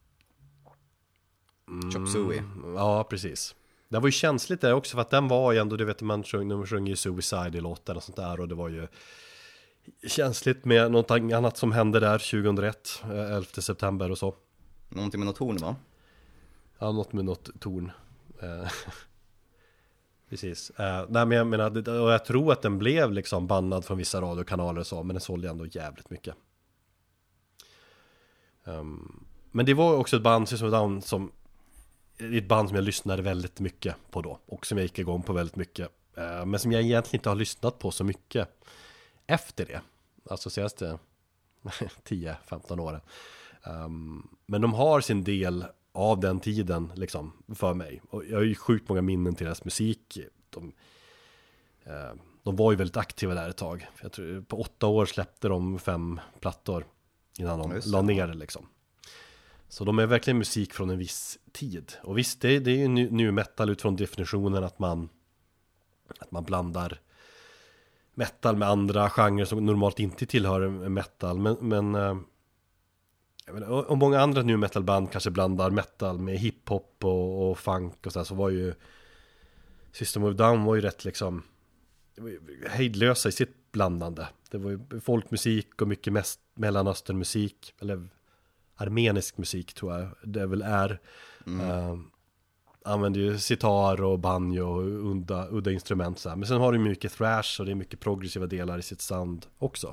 Speaker 2: Chop Suey.
Speaker 1: Ja, precis. Det var ju känsligt där också, för att den var ju ändå, du vet, man sjöng ju Suicide i låten och sånt där, och det var ju känsligt med någonting annat som hände där 2001, 11 september och så.
Speaker 2: Någonting med något torn, va?
Speaker 1: Ja, något med något torn. Precis. Nej, men jag menar, och jag tror att den blev liksom bannad från vissa radiokanaler och så, men den sålde ändå jävligt mycket. Men det var också ett band som ett band som jag lyssnade väldigt mycket på då, och som jag gick igång på väldigt mycket, men som jag egentligen inte har lyssnat på så mycket efter det, alltså senaste 10-15 åren. Men de har sin del av den tiden liksom för mig, och jag har ju sjukt många minnen till deras musik. De var ju väldigt aktiva där ett tag. Jag tror på 8 år släppte de 5 plattor innan de la ner det liksom. Så de är verkligen musik från en viss tid. Och visst, det är ju nu metal utifrån definitionen att man blandar metal med andra genrer som normalt inte tillhör metal. Men jag menar, och många andra nu metalband kanske blandar metal med hiphop och funk och så var ju System of a Down var ju rätt liksom hejdlösa i sitt blandande. Det var ju folkmusik och mycket mest Mellanösternmusik, eller armenisk musik tror jag det väl är. Använder ju sitar och banjo och udda instrument så här. Men sen har det mycket thrash och det är mycket progressiva delar i sitt sound också.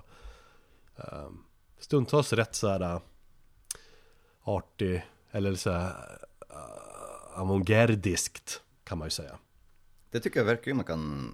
Speaker 1: Stundtals rätt så här artig eller så här avantgardiskt kan man ju säga.
Speaker 2: Det tycker jag verkligen man kan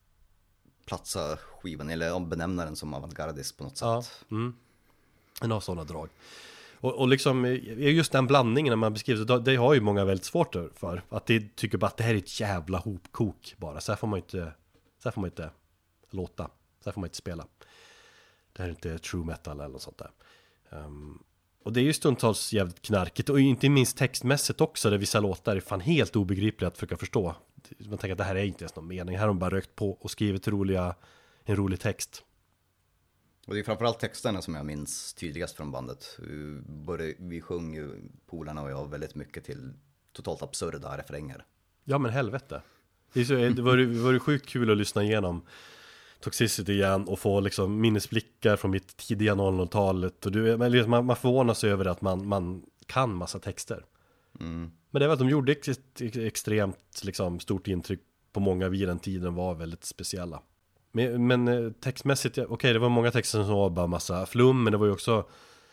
Speaker 2: platsa skivan eller benämna den som avantgardisk på något sätt.
Speaker 1: Den har sådana drag. Och liksom just den blandningen när man beskriver det har ju många väldigt svårt för. Att det tycker bara att det här är ett jävla hopkok bara. Så här får man inte låta. Så här får man inte spela. Det här är inte true metal eller något sånt där. Och det är ju stundtals jävligt knarkigt. Och inte minst textmässigt också. Där vissa låtar är fan helt obegripliga att försöka förstå. Man tänker att det här är inte ens någon mening. Här har de bara rökt på och skrivit en rolig text.
Speaker 2: Och det är framförallt texterna som jag minns tydligast från bandet. Vi sjöng ju, polarna och jag, väldigt mycket till totalt absurda refränger.
Speaker 1: Ja men helvete. Det var sjukt kul att lyssna igenom Toxicity igen och få liksom minnesblickar från mitt tidiga 00-talet. Och man förvånas över att man kan massa texter. Men det var att de gjorde ett extremt liksom, stort intryck på många vid den tiden, var väldigt speciella. Men textmässigt, okej, det var många texter som var bara massa flum, men det var ju också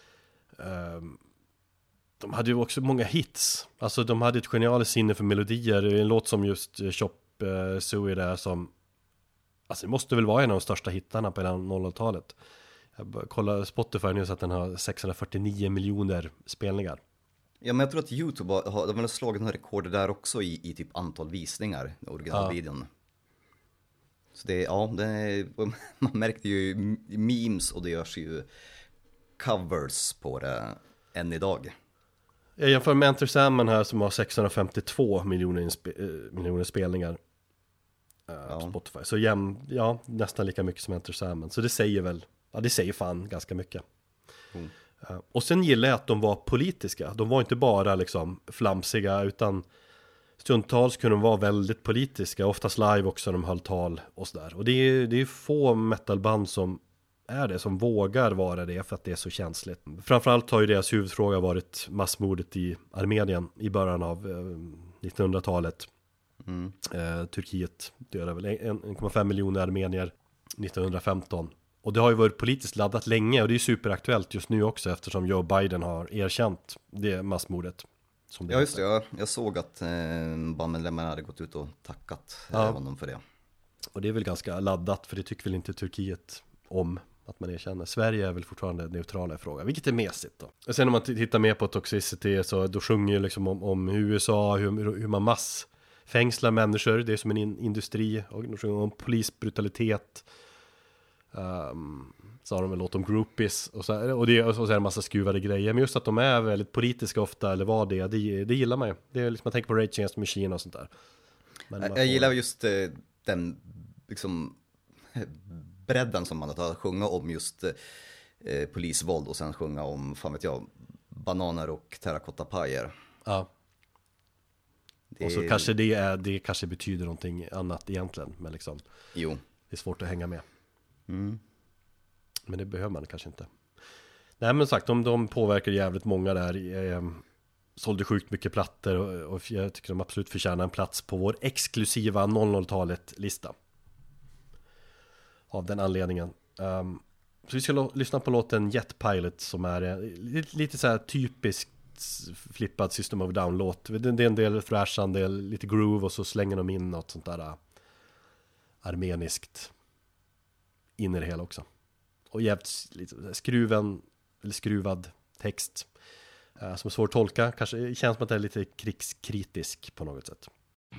Speaker 1: de hade ju också många hits. Alltså de hade ett genialiskt sinne för melodier. En låt som just Chop Suey där som, alltså det måste väl vara en av de största hittarna på hela 00-talet. Jag kollar Spotify nu så att den har 649 miljoner spelningar.
Speaker 2: Ja, men jag tror att YouTube de har väl slagit några rekorder där också i typ antal visningar, originalvideon. Så man märkte ju memes och det görs ju covers på det än idag.
Speaker 1: Jag jämför med Enter Sandman här som har 652 miljoner spelningar. på Spotify. Så nästan lika mycket som Enter Sandman. Så det säger väl, det säger fan ganska mycket. Och sen gillar jag att de var politiska. De var inte bara liksom flamsiga, utan stundtals kunde de vara väldigt politiska. Oftast live också, de höll tal och sådär. Och det är få metalband som är det, som vågar vara det, för att det är så känsligt. Framförallt har ju deras huvudfråga varit massmordet i Armenien i början av 1900-talet. Turkiet dödade väl 1,5 miljoner armenier 1915. Och det har ju varit politiskt laddat länge, och det är superaktuellt just nu också, eftersom Joe Biden har erkänt det massmordet.
Speaker 2: Ja, just det. Jag såg att bandmedlemmarna hade gått ut och tackat honom för det.
Speaker 1: Och det är väl ganska laddat, för det tycker väl inte Turkiet om att man erkänner. Sverige är väl fortfarande neutrala i frågan, vilket är mesigt då. Och sen om man tittar mer på Toxicity, så då sjunger ju liksom om USA, hur man massfängslar människor. Det är som en industri, och de sjunger om polisbrutalitet. Så har de en låt om groupies och så är det en massa skruvade grejer. Men just att de är väldigt politiska ofta, eller vad det gillar man ju. Det är liksom, man tänker på Rage Against the Machine och sånt där. Men
Speaker 2: jag gillar just den liksom bredden som man har att sjunga om just polisvåld, och sen sjunga om, fan vet jag, bananer och terrakottapajer.
Speaker 1: Ja. Och så kanske det kanske betyder någonting annat egentligen, men liksom,
Speaker 2: jo,
Speaker 1: det är svårt att hänga med. Men det behöver man kanske inte. Nej, men sagt, de påverkar jävligt många där. Sålde sjukt mycket plattor, och jag tycker de absolut förtjänar en plats på vår exklusiva 00-talet-lista. Av den anledningen. Så vi ska lyssna på låten Jet Pilot, som är lite så här typiskt flippad System of Down-låt. Det är en del thrash, en del lite groove, och så slänger de in något sånt där armeniskt in i det hela också. Och jävligt lite skruvad text som är svår att tolka. Kanske känns som att det är lite krigskritisk på något sätt.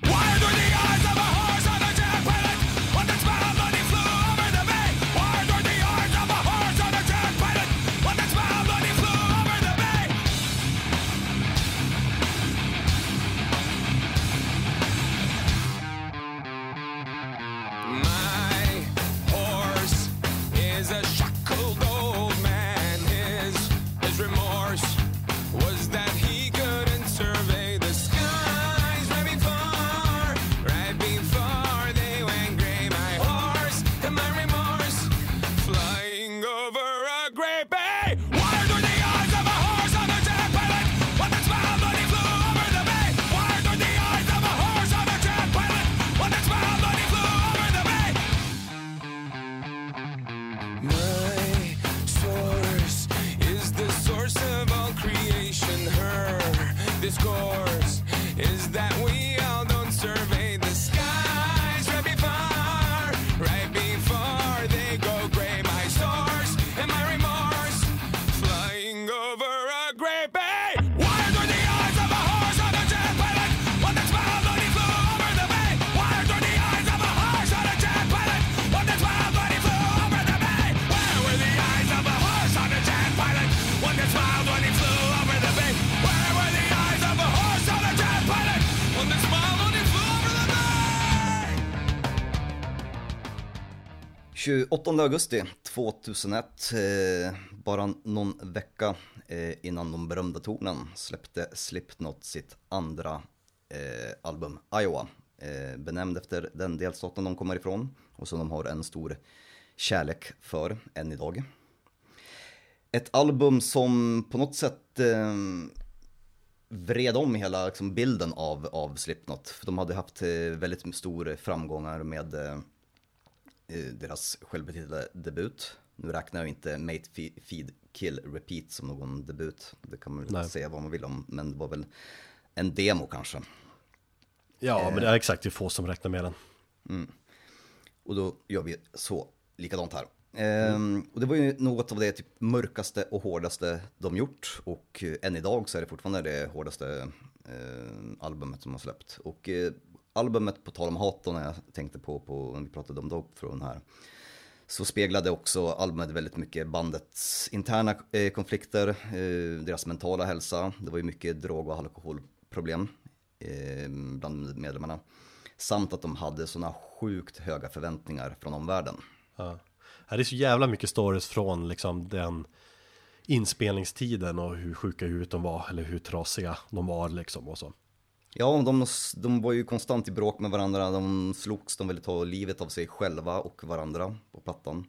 Speaker 2: Augusti 2001, bara någon vecka innan de berömda tornen, släppte Slipknot sitt andra album, Iowa, benämnd efter den delstaten de kommer ifrån, och som de har en stor kärlek för än idag. Ett album som på något sätt vred om hela liksom, bilden av Slipknot, för de hade haft väldigt stora framgångar med deras självbetitlade debut. Nu räknar jag inte Mate, Feed, Kill, Repeat som någon debut. Det kan man väl säga vad man vill om, men det var väl en demo kanske.
Speaker 1: Ja, men det är exakt, det är få som räknar med den.
Speaker 2: Och då gör vi så likadant här. Och det var ju något av det typ mörkaste och hårdaste de gjort, och än idag så är det fortfarande det hårdaste albumet som har släppt. Och albumet, på tal om hat då, när jag tänkte på när vi pratade om Dope från här, så speglade också albumet väldigt mycket bandets interna konflikter, deras mentala hälsa. Det var ju mycket drog- och alkoholproblem bland medlemmarna. Samt att de hade såna sjukt höga förväntningar från omvärlden.
Speaker 1: Ja. Här är så jävla mycket stories från liksom den inspelningstiden och hur sjuka i huvudet de var, eller hur trasiga de var liksom och så.
Speaker 2: Ja, de var ju konstant i bråk med varandra, de slogs, de ville ta livet av sig själva och varandra på plattan.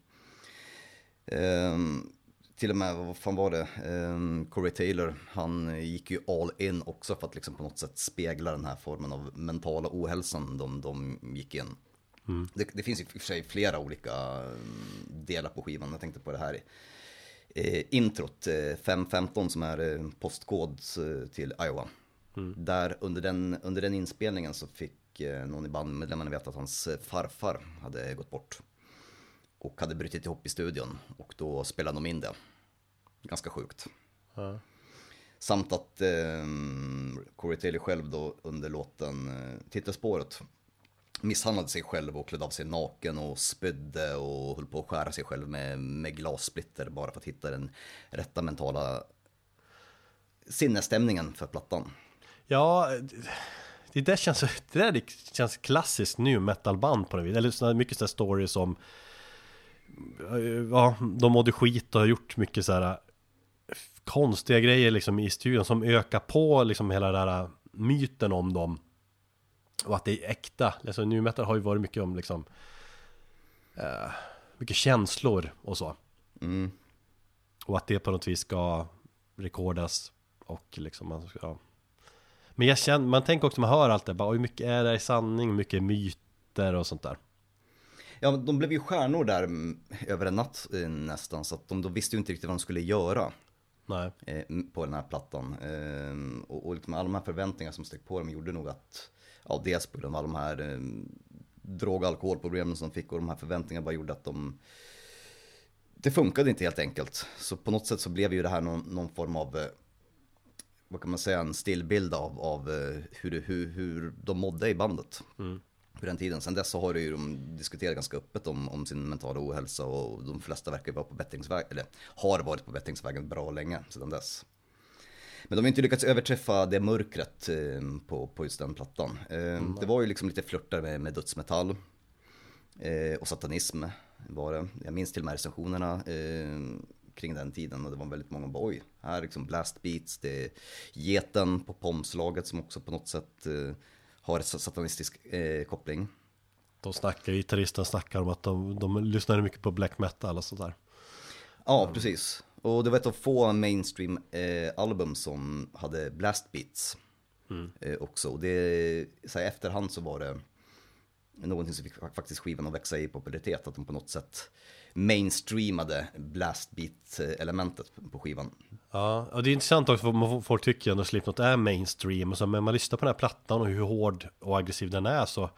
Speaker 2: Till och med, vad fan var det? Corey Taylor, han gick ju all in också för att liksom på något sätt spegla den här formen av mentala ohälsan de gick in. Det finns ju i och för sig flera olika delar på skivan. Jag tänkte på det här introt 515 som är postkod till Iowa. Där under den inspelningen så fick någon i bandmedlemmarna veta att hans farfar hade gått bort och hade brutit ihop i studion, och då spelade de in det. Ganska sjukt. Samt att Corey Taylor själv då under låten titelspåret misshandlade sig själv och klädde av sig naken och spydde och höll på att skära sig själv med glassplitter bara för att hitta den rätta mentala sinnesstämningen för plattan.
Speaker 1: Ja, det känns klassiskt nu metalband på något vis. Eller sådana mycket sådana stories om ja, de mådde skit och har gjort mycket så här konstiga grejer liksom i studion som ökar på liksom hela den där myten om dem. Och att det är äkta. Alltså, nu metal har ju varit mycket om liksom mycket känslor och så. Och att det på något vis ska rekordas och liksom ja. Men man tänker också, man hör allt det bara, hur mycket är det i sanning, hur mycket är myter och sånt där.
Speaker 2: Ja, de blev ju stjärnor där över en natt nästan, så att de visste ju inte riktigt vad de skulle göra. Nej. På den här plattan. Och liksom alla de här förväntningarna som steg på dem gjorde nog att, ja, dels på grund av alla de här drog- och alkoholproblemen som de fick, och de här förväntningarna bara gjorde att det funkade inte helt enkelt. Så på något sätt så blev ju det här någon form av, vad kan man säga, en stillbild av hur de mådde i bandet på den tiden. Sen dess så har de diskuterat ganska öppet om sin mentala ohälsa, och de flesta verkar vara på bättringsväg, eller har varit på bättringsvägen bra länge sedan dess. Men de har inte lyckats överträffa det mörkret på just den plattan. Det var ju liksom lite flörtar med dödsmetall och satanism var det. Jag minns till och med recensionerna kring den tiden, och det var väldigt många bara, oj, här liksom blast beats, det är geten på pomslaget som också på något sätt har ett satanistisk koppling.
Speaker 1: Gitarristen snackar om att de lyssnade mycket på black metal och sånt där.
Speaker 2: Ja, precis. Och det var ett av få mainstream album som hade blast beats också. Det, så här, efterhand så var det någonting som fick faktiskt skivan att växa i popularitet, att de på något sätt mainstreamade blast beat-elementet på skivan.
Speaker 1: Ja, och det är intressant också vad folk tycker när Slipknot är mainstream. Och så, men man lyssnar på den här plattan och hur hård och aggressiv den är, så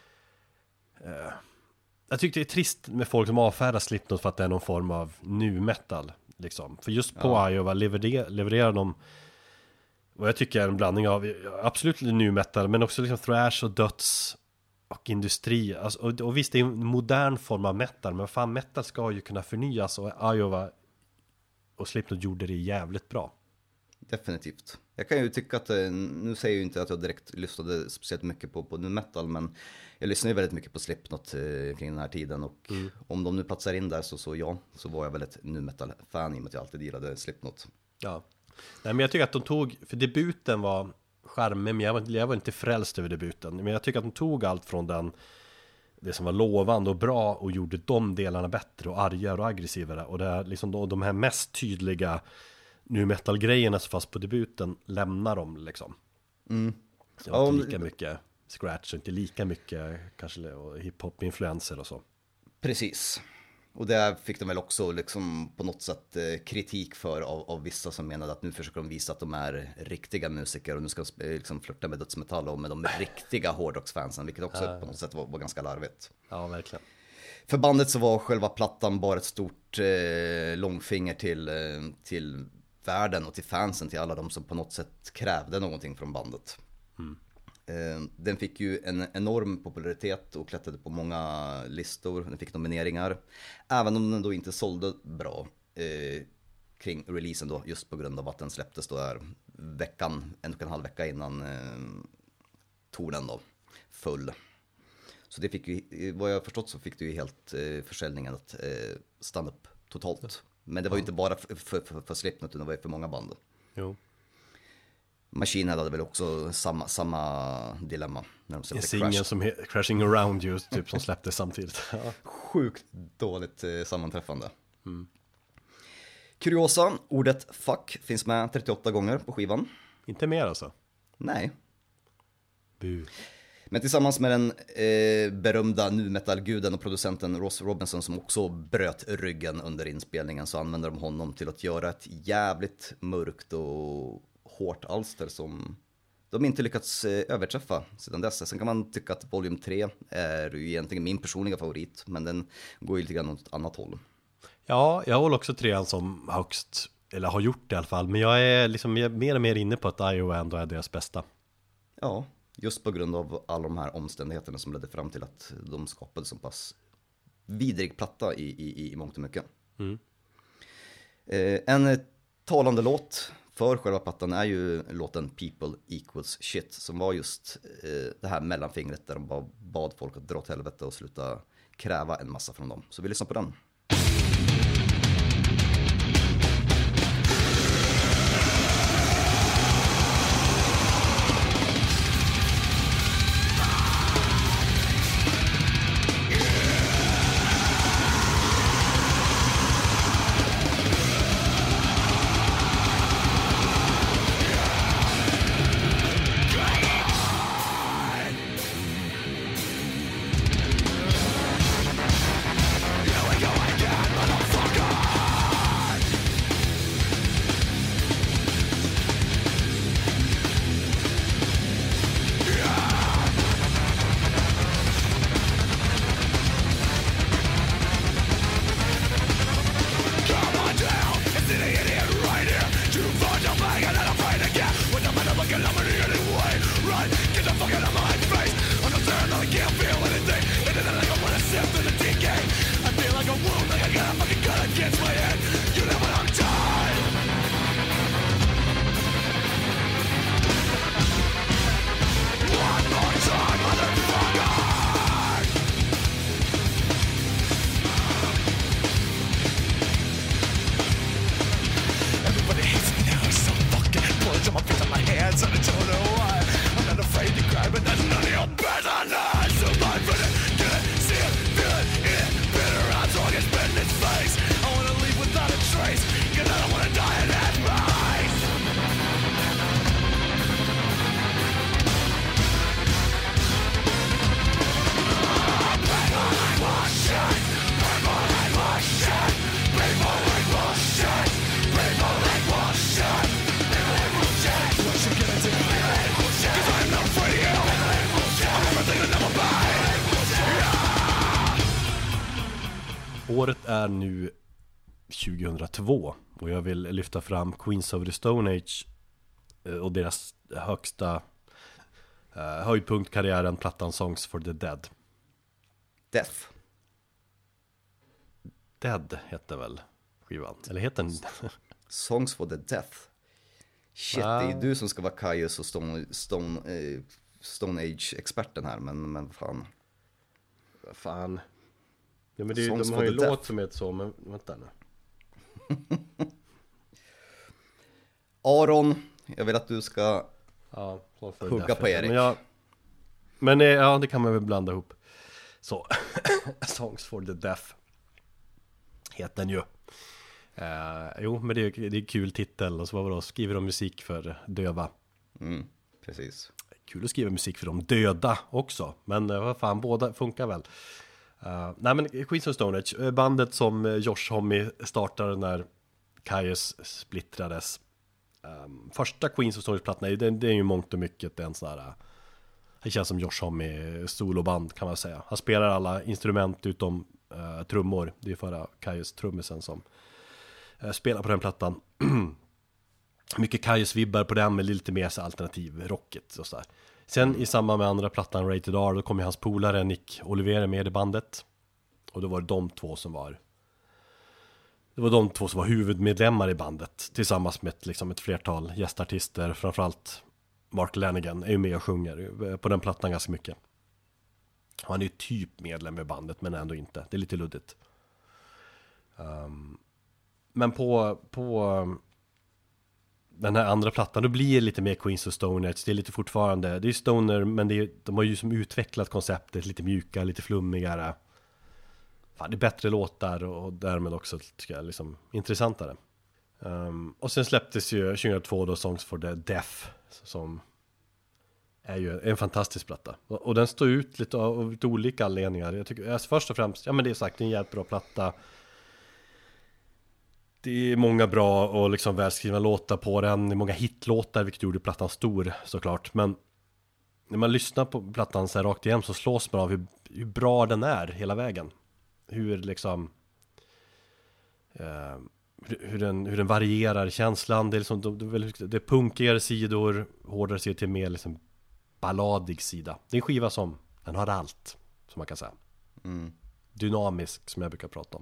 Speaker 1: jag tycker det är trist med folk som avfärdar Slipknot för att det är någon form av nu metal liksom. För just på Iowa levererar de vad jag tycker är en blandning av absolut nu metal, men också liksom thrash och döds och industri, alltså, och visst det är en modern form av metal, men fan, metal ska ju kunna förnyas, och Iowa och Slipknot gjorde det jävligt bra.
Speaker 2: Definitivt. Jag kan ju tycka att, nu säger jag ju inte att jag direkt lyssnade speciellt mycket på nu metal, men jag lyssnade ju väldigt mycket på Slipknot kring den här tiden, och om de nu platsar in där så var jag väldigt nu metal-fan i och med att jag alltid gillade Slipknot.
Speaker 1: Ja. Nej, men jag tycker att de tog, för debuten var charmig, men jag var inte frälst över debuten. Men jag tycker att de tog allt från det som var lovande och bra och gjorde de delarna bättre och argare och aggressivare. Och det är liksom de här mest tydliga nu metal-grejerna, fast på debuten lämnar de liksom. Så det var inte lika mycket scratch och inte lika mycket kanske hiphop-influenser och så.
Speaker 2: Precis. Och där fick de väl också liksom på något sätt kritik för av vissa som menade att nu försöker de visa att de är riktiga musiker och nu ska de liksom flirta med dödsmetall och med de riktiga hårdrocksfansen, vilket också på något sätt var ganska larvigt.
Speaker 1: Ja, verkligen.
Speaker 2: För bandet så var själva plattan bara ett stort långfinger till världen och till fansen, till alla de som på något sätt krävde någonting från bandet. Den fick ju en enorm popularitet och klättrade på många listor. Den fick nomineringar, även om den då inte sålde bra kring releasen då, just på grund av att den släpptes då där en och en halv vecka innan touren då full. Så det fick ju, vad jag förstått så fick du ju helt försäljningen att stanna upp totalt. Men det var ju inte bara för Slipknot, utan det var ju för många band.
Speaker 1: Jo.
Speaker 2: Machine Head hade väl också samma dilemma när de släppte
Speaker 1: Singeln
Speaker 2: Crash.
Speaker 1: som Crashing Around You typ, som släpptes samtidigt. Ja.
Speaker 2: Sjukt dåligt sammanträffande. Kuriosa, ordet fuck finns med 38 gånger på skivan.
Speaker 1: Inte mer alltså?
Speaker 2: Nej.
Speaker 1: Bu.
Speaker 2: Men tillsammans med den berömda nu metal-guden och producenten Ross Robinson, som också bröt ryggen under inspelningen, så använder de honom till att göra ett jävligt mörkt och hårt alster som de inte lyckats överträffa sedan dess. Sen kan man tycka att Volume 3 är ju egentligen min personliga favorit, men den går ju lite grann åt ett annat håll.
Speaker 1: Ja, jag håller också 3 som högst, eller har gjort det i alla fall. Men jag är liksom mer och mer inne på att IO ändå är deras bästa.
Speaker 2: Ja, just på grund av alla de här omständigheterna som ledde fram till att de skapade så pass vidrig platta i mångt och mycket. En talande låt för själva plattan är ju låten People Equals Shit, som var just det här mellanfingret där de bara bad folk att dra åt helvete och sluta kräva en massa från dem. Så vi lyssnar på den.
Speaker 1: Året är nu 2002 och jag vill lyfta fram Queens of the Stone Age och deras högsta höjdpunkt karriären, plattan Songs for the Dead. Dead heter väl skivan? Eller heter den?
Speaker 2: Songs for the Death. Shit, det är du som ska vara Kaius och Stone Age-experten här, men fan.
Speaker 1: Fan. Ja, men de har ju låt som heter så, men vänta nu.
Speaker 2: Aron, jag vill att du ska hugga på Erik.
Speaker 1: Men ja, det kan man väl blanda ihop. Så, Songs for the Deaf heter den ju. Jo, men det är kul titel. Och så var det då, skriver de musik för döva.
Speaker 2: Precis.
Speaker 1: Kul att skriva musik för de döda också. Men vad fan, båda funkar väl. Nej, men Queens of Stone Age, bandet som Josh Homme startade när Kyuss splittrades. Första Queens of Stone Age-plattan, det är ju mångt och mycket en sån här, det känns som Josh Homme soloband kan man säga. Han spelar alla instrument utom trummor. Det är förra Kyuss trummisen som spelar på den plattan. Mycket Kyuss-vibbar på den, med lite mer så alternativ rocket och så där. Sen i samband med andra plattan Rated R, då kom ju hans polare Nick Oliveri med i bandet. Och då var det de två som var huvudmedlemmar i bandet, tillsammans med ett flertal gästartister. Framförallt Mark Lanigan är ju med och sjunger på den plattan ganska mycket. Han är ju typ medlem i bandet, men ändå inte. Det är lite luddigt. Men på den här andra plattan, då blir det lite mer Queens of Stone Age. Det är lite fortfarande, det är Stoner, men de har ju som utvecklat konceptet lite mjukare, lite flummigare. Fan, det är bättre låtar och därmed också, tycker jag, liksom intressantare. Och sen släpptes ju 2002 då Songs for the Deaf, som är ju en fantastisk platta. Och den står ut lite av lite olika anledningar. Jag tycker, alltså först och främst, ja men det är sagt, det är en jävligt bra platta. Det är många bra och liksom välskrivna låtar på den. Det är många hitlåtar, vilket gjorde plattan stor såklart. Men när man lyssnar på plattan så här rakt igen så slås man av hur bra den är hela vägen. Hur liksom hur den varierar känslan. Det är liksom det är punkigare sidor, hårdare sidor till mer liksom balladig sida. Det är en skiva som den har allt, som man kan säga. Dynamisk, som jag brukar prata om.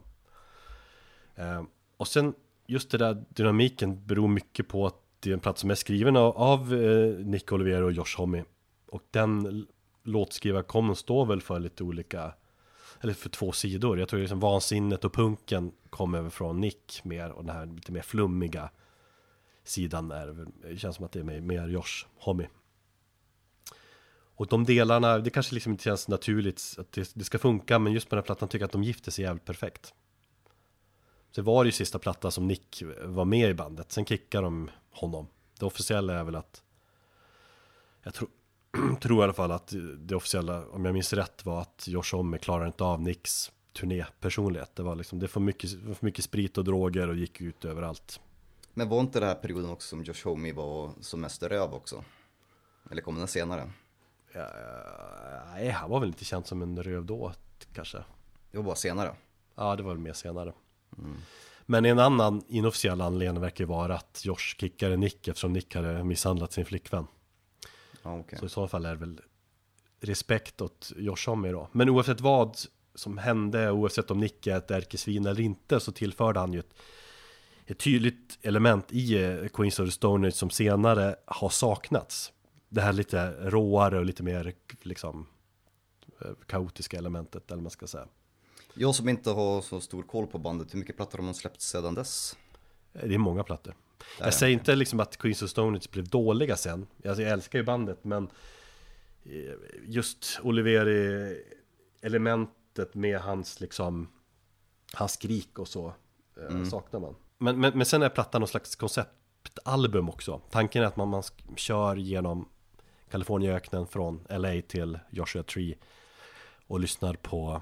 Speaker 1: Och sen just det där dynamiken beror mycket på att det är en plats som är skriven av Nick Olivero och Josh Homme. Och den låtskrivarkommen står väl för lite olika, eller för två sidor. Jag tror liksom vansinnet och punken kommer från Nick mer, och den här lite mer flummiga sidan det känns som att det är mer Josh Homme. Och de delarna, det kanske liksom inte känns naturligt att det ska funka, men just på den här plattan tycker jag att de gifter sig jävligt perfekt. Så det var ju sista platta som Nick var med i bandet. Sen kickar de honom. Det officiella är väl att jag tror i alla fall att det officiella, om jag minns rätt, var att Josh Homme klarar inte av Nicks turnépersonlighet. Det var liksom, det var för mycket sprit och droger och gick ut överallt.
Speaker 2: Men var inte det här perioden också som Josh Homme var som mest röv också? Eller kom den senare?
Speaker 1: Nej, han var väl inte känd som en röv då, kanske.
Speaker 2: Det var bara senare.
Speaker 1: Ja, det var väl mer senare. Men en annan inofficiell anledning verkar vara att Josh kickade Nick eftersom Nick hade misshandlat sin flickvän.
Speaker 2: Okay.
Speaker 1: Så i så fall är det väl respekt åt Josh Homme då. Men oavsett vad som hände, oavsett om Nick är ett ärkesvin eller inte, så tillförde han ju ett tydligt element i Queens of the Stone Age som senare har saknats. Det här lite råare och lite mer liksom kaotiska elementet, eller man ska säga.
Speaker 2: Jag som inte har så stor koll på bandet, hur mycket plattor har man släppt sedan dess?
Speaker 1: Det är många plattor. Jag säger inte liksom att Queens of Stone Age blev dåliga sen. Jag älskar ju bandet, men just Oliveri-elementet med hans liksom hans skrik och så saknar man. Men sen är plattan någon slags konceptalbum också. Tanken är att man kör genom Kaliforniaöknen från LA till Joshua Tree och lyssnar på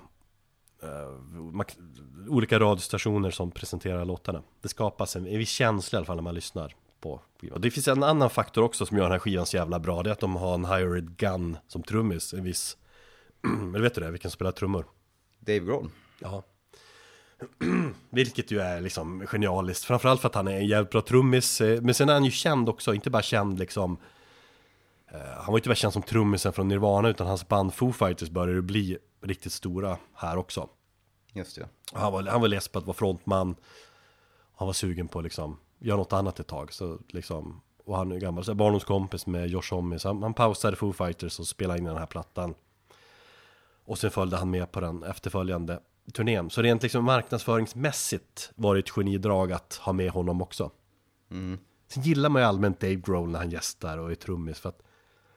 Speaker 1: olika radiostationer som presenterar låtarna. Det skapas en viss känsla i alla fall när man lyssnar på. Och det finns en annan faktor också som gör den här skivan så jävla bra. Det är att de har en hired gun som trummis. En viss, eller vet du det, vilken spelar trummor?
Speaker 2: Dave Grohl.
Speaker 1: Ja. Vilket ju är liksom genialiskt. Framförallt för att han är en jävligt bra trummis. Men sen är han ju känd också. Inte bara känd liksom. Han var inte bara känd som trummisen från Nirvana, utan hans band Foo Fighters började bli riktigt stora här också.
Speaker 2: Just det.
Speaker 1: Han var less på att vara frontman. Han var sugen på liksom göra något annat ett tag. Så liksom, och han är gammal så barndomskompis med Josh Homme. Så han pausade Foo Fighters och spelade in den här plattan. Och sen följde han med på den efterföljande turnén. Så rent liksom marknadsföringsmässigt var det ett genidrag att ha med honom också. Sen gillar man ju allmänt Dave Grohl när han gästar och är trummis, för att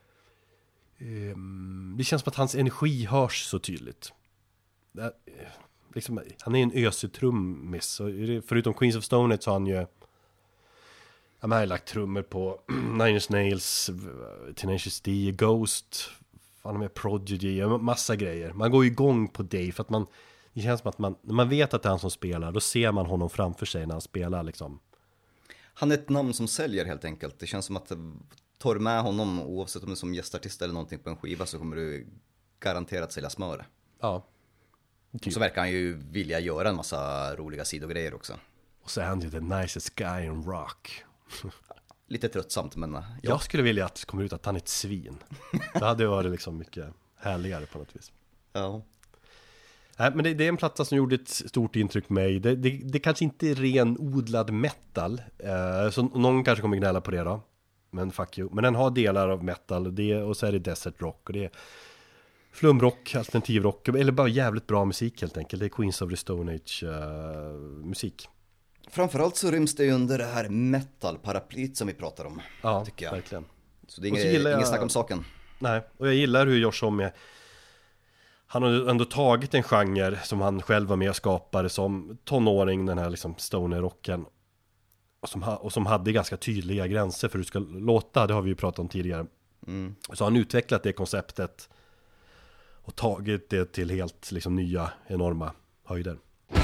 Speaker 1: det känns som att hans energi hörs så tydligt. Liksom, han är en ösig trummis. Förutom Queens of Stone Age så har han ju lagt trummor på Nine Inch Nails, Tenacious D, Ghost, han är med Prodigy, massa grejer. Man går igång på Dave för att det känns som att när man vet att det är han som spelar, då ser man honom framför sig när han spelar liksom.
Speaker 2: Han är ett namn som säljer helt enkelt. Det känns som att tar du med honom, oavsett om du är som gästartist eller någonting på en skiva, så kommer du garanterat sälja smör.
Speaker 1: Ja.
Speaker 2: Typ. Och så verkar han ju vilja göra en massa roliga sidogrejer också.
Speaker 1: Och så är han ju the nicest guy in rock.
Speaker 2: Lite tröttsamt, men ja.
Speaker 1: Jag skulle vilja att det kommer ut att han är ett svin. Det hade varit liksom mycket härligare på något vis.
Speaker 2: Ja.
Speaker 1: Nej, men det är en platta som gjorde ett stort intryck på mig. Det kanske inte är renodlad metal. Så någon kanske kommer gnälla på det då. Men fuck you. Men den har delar av metal. Och så är det desert rock. Och det är flumrock, alternativrock, eller bara jävligt bra musik helt enkelt. Det är Queens of the Stone Age musik.
Speaker 2: Framförallt så ryms det ju under det här metal-paraplyt som vi pratar om,
Speaker 1: Ja,
Speaker 2: tycker jag.
Speaker 1: verkligen.
Speaker 2: Så det är inget snack om saken.
Speaker 1: Nej, och jag gillar hur Josh Homme, han har ändå tagit en genre som han själv var med och skapade som tonåring, den här liksom stoner-rocken. Och som hade ganska tydliga gränser för hur det ska låta, det har vi ju pratat om tidigare. Så har han utvecklat det konceptet och tagit det till helt liksom nya, enorma höjder.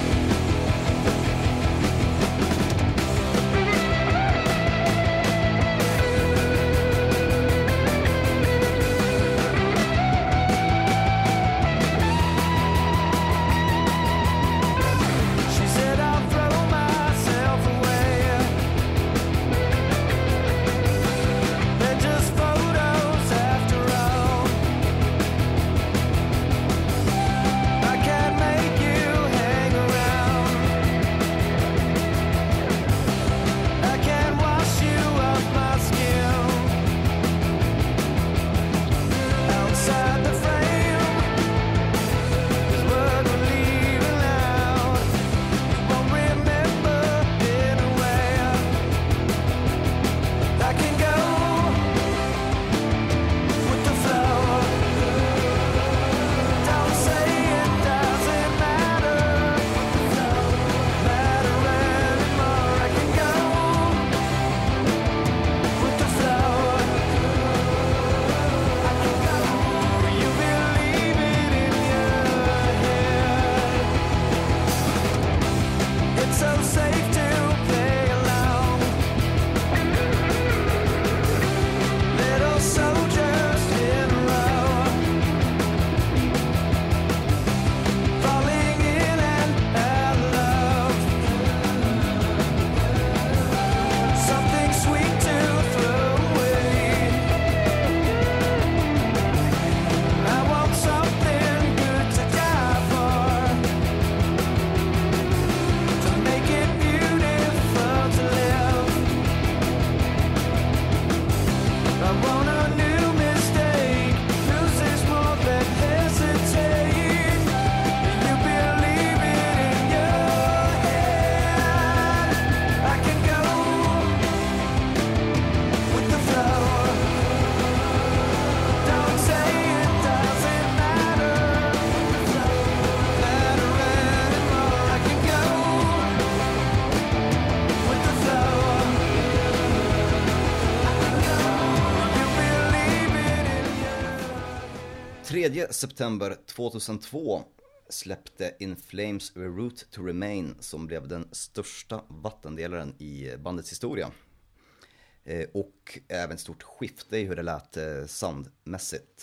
Speaker 2: September 2002 släppte In Flames A Route to Remain, som blev den största vattendelaren i bandets historia. Och även ett stort skifte i hur det lät soundmässigt.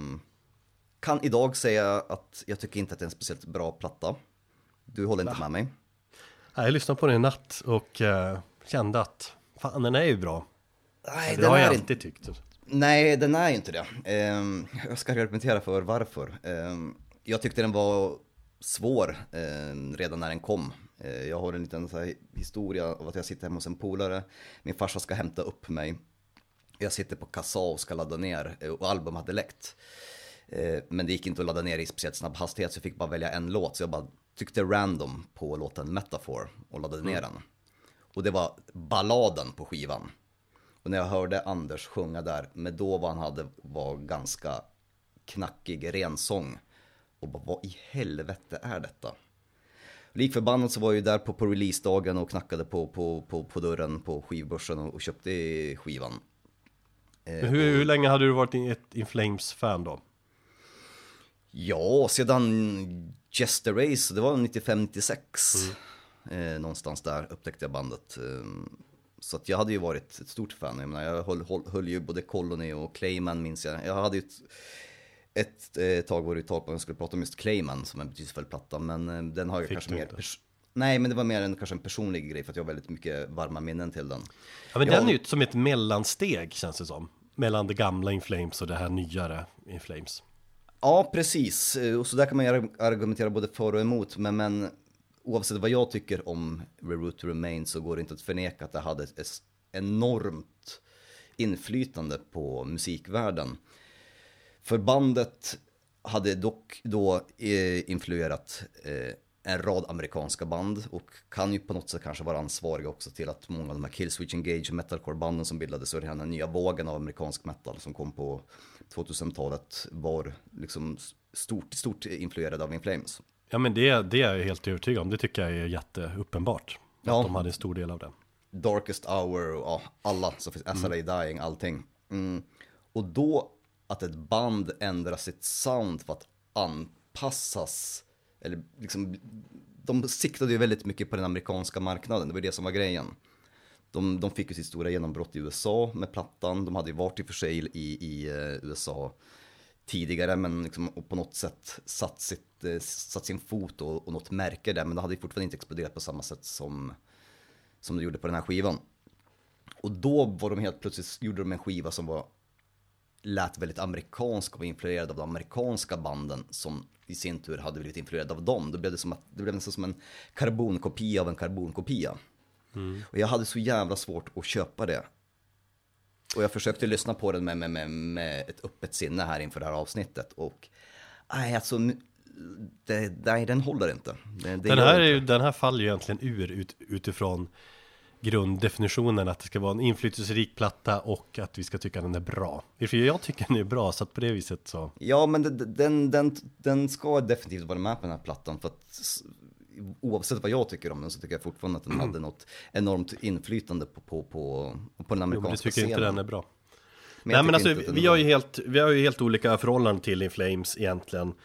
Speaker 2: Kan idag säga att jag tycker inte att det är en speciellt bra platta. Du håller inte med mig?
Speaker 1: Jag lyssnade på den i natt och kände att fan, den är ju bra.
Speaker 2: Nej,
Speaker 1: det har jag alltid tyckt.
Speaker 2: Nej, den är inte det. Jag ska argumentera för varför. Jag tyckte den var svår redan när den kom. Jag har en liten så här historia av att jag sitter hemma hos en polare. Min farsa ska hämta upp mig. Jag sitter på kassa och ska ladda ner och album hade läckt. Men det gick inte att ladda ner i speciellt snabb hastighet, så jag fick bara välja en låt. Så jag bara tyckte random på låten Metaphor och laddade ner den. Och det var balladen på skivan. Och när jag hörde Anders sjunga där, med då vad han hade var ganska knackig rensång. Och bara, vad i helvete är detta? Lik förbannat så var jag ju där på releasedagen och knackade på dörren på skivbörsen och köpte skivan.
Speaker 1: Hur länge hade du varit ett In Flames-fan då?
Speaker 2: Ja, sedan Jester Race, det var 95-96. Någonstans där upptäckte jag bandet. Så att jag hade ju varit ett stort fan. Jag menar, jag höll ju både Colony och Clayman, minns jag. Jag hade ju ett tag var det tal på att jag skulle prata om just Clayman som en betydelsefull platta. Men den har jag kanske mer... Nej, men det var mer kanske en personlig grej för att jag har väldigt mycket varma minnen till den.
Speaker 1: Ja, men den är ju som ett mellansteg, känns det som. Mellan det gamla In Flames och det här nyare In Flames.
Speaker 2: Ja, precis. Och så där kan man ju argumentera både för och emot. Men oavsett vad jag tycker om Route to Remain så går det inte att förneka att det hade ett enormt inflytande på musikvärlden. För bandet hade dock då influerat en rad amerikanska band och kan ju på något sätt kanske vara ansvariga också till att många av de här Killswitch Engage metalcore-banden som bildades, och den här nya vågen av amerikansk metal som kom på 2000-talet var liksom stort influerade av In Flames.
Speaker 1: Ja, men det är jag helt övertygad om. Det tycker jag är jätteuppenbart.
Speaker 2: Ja.
Speaker 1: Att de hade en stor del av det.
Speaker 2: Darkest Hour och alla, så finns SLA Dying, allting. Och då att ett band ändrar sitt sound för att anpassas, eller liksom, de siktade ju väldigt mycket på den amerikanska marknaden, det var det som var grejen. De fick ju sitt stora genombrott i USA med plattan, de hade ju varit i och för sig i USA tidigare, men liksom, och på något sätt satt sin fot och något märke där, men det hade ju fortfarande inte exploderat på samma sätt som de gjorde på den här skivan. Och då var de helt plötsligt, gjorde de en skiva som lät väldigt amerikansk och var influerad av de amerikanska banden som i sin tur hade blivit influerade av dem. Då blev det blev nästan som en karbonkopia av en karbonkopia. Och jag hade så jävla svårt att köpa det. Och jag försökte lyssna på den med ett öppet sinne här inför det här avsnittet. Och alltså, den håller inte.
Speaker 1: Den här faller ju egentligen utifrån grunddefinitionen att det ska vara en inflytelserik platta och att vi ska tycka att den är bra. För jag tycker den är bra, så att på det viset så...
Speaker 2: Ja, men den ska definitivt vara med på den här plattan, för att oavsett vad jag tycker om den så tycker jag fortfarande att den hade något enormt inflytande på den amerikanska scenen.
Speaker 1: Jo, men du tycker
Speaker 2: scenen.
Speaker 1: inte den är bra. Nej, men alltså vi har ju helt olika förhållanden till In Flames egentligen.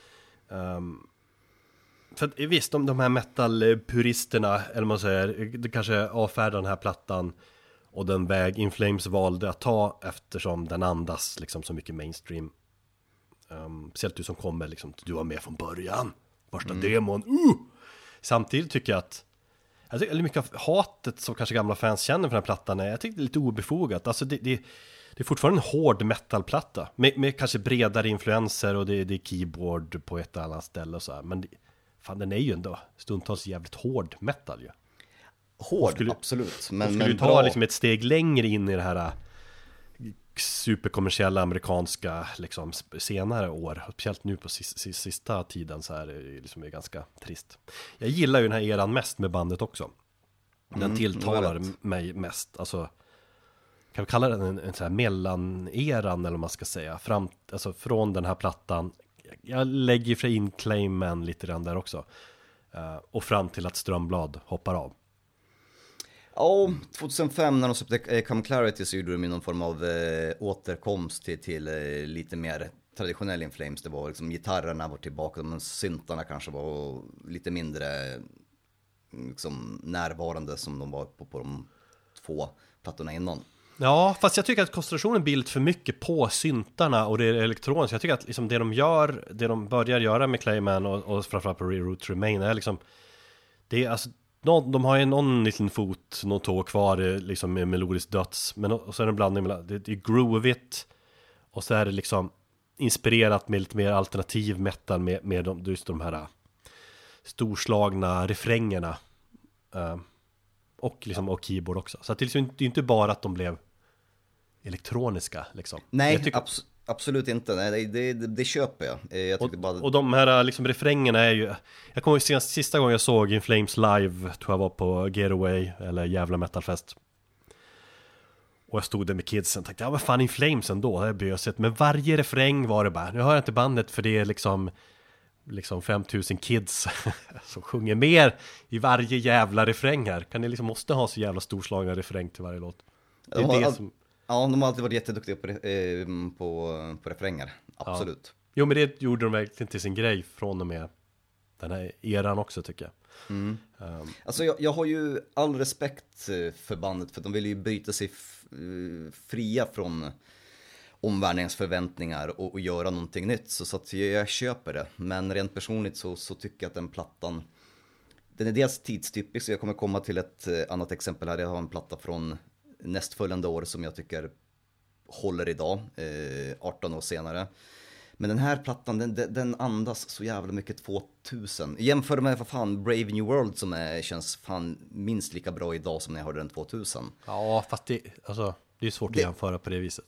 Speaker 1: För att, visst, de här metal-puristerna, eller man säger, det kanske avfärdar den här plattan och den väg In Flames valde att ta, eftersom den andas liksom så mycket mainstream. Speciellt du som kommer liksom, du var med från början, första demon. Samtidigt tycker jag att eller mycket av hatet som kanske gamla fans känner för den här plattan jag tycker det är lite obefogat. Alltså det är fortfarande en hård metalplatta med kanske bredare influenser, och det är keyboard på ett eller annat ställe och så här. Men fan, den är ju ändå stundtals jävligt hård metal ju.
Speaker 2: Hård, absolut.
Speaker 1: Men skulle du ta liksom ett steg längre in i det här superkommersiella amerikanska liksom senare år, speciellt nu på sista tiden, så här är liksom är ganska trist. Jag gillar ju den här eran mest med bandet också. Den tilltalar mig mest. Alltså, kan vi kalla den en så här mellaneran, eller vad man ska säga, alltså från den här plattan. Jag lägger för in Clayman lite grann där också, och fram till att Strömblad hoppar av.
Speaker 2: Ja, 2005 när de släppte Come Clarity så gjorde de någon form av återkomst till lite mer traditionell In Flames. Det var liksom, gitarrerna var tillbaka, men syntarna kanske var lite mindre liksom närvarande som de var på de två plattorna innan.
Speaker 1: Ja, fast jag tycker att koncentrationen blir lite för mycket på syntarna och det elektroniska. Jag tycker att liksom det de börjar göra med Clayman och framförallt på Reroute Remain är liksom, det är alltså, de har ju någon liten fot, någon tå kvar liksom med melodisk döds, men och så är det en blandning mellan, det är groovigt och så är det liksom inspirerat med lite mer alternativ metal med just de här storslagna refrängerna och liksom och keyboard också. Så att det är liksom inte bara att de blev elektroniska liksom.
Speaker 2: Nej, absolut inte. Nej, det köper jag.
Speaker 1: Och de här liksom refrängerna är ju, jag kommer ihåg sista gången jag såg In Flames live, tror jag var på Getaway eller Jävla Metalfest. Och jag stod där med kidsen och tänkte, ja vad fan In Flames ändå, det är bösigt. Men varje refräng var det bara, nu hör jag inte bandet för det är liksom 5000 kids som sjunger mer i varje jävla refräng här. Kan ni liksom måste ha så jävla storslagna refräng till varje låt? Det är det som...
Speaker 2: Ja, de har alltid varit jätteduktiga på refränger, absolut.
Speaker 1: Ja. Jo, men det gjorde de verkligen till sin grej från och med den här eran också, tycker jag.
Speaker 2: Alltså jag har ju all respekt för bandet, för de vill ju bryta sig fria från omvärldens förväntningar och göra någonting nytt, så att jag köper det. Men rent personligt så tycker jag att den plattan, den är dels tidstypisk, så jag kommer komma till ett annat exempel här. Jag har en platta från nästföljande år som jag tycker håller idag, 18 år senare. Men den här plattan, den andas så jävla mycket 2000. Jämför med vad fan Brave New World som känns fan minst lika bra idag som när jag hörde den 2000.
Speaker 1: Ja, fast det är svårt att jämföra på det viset.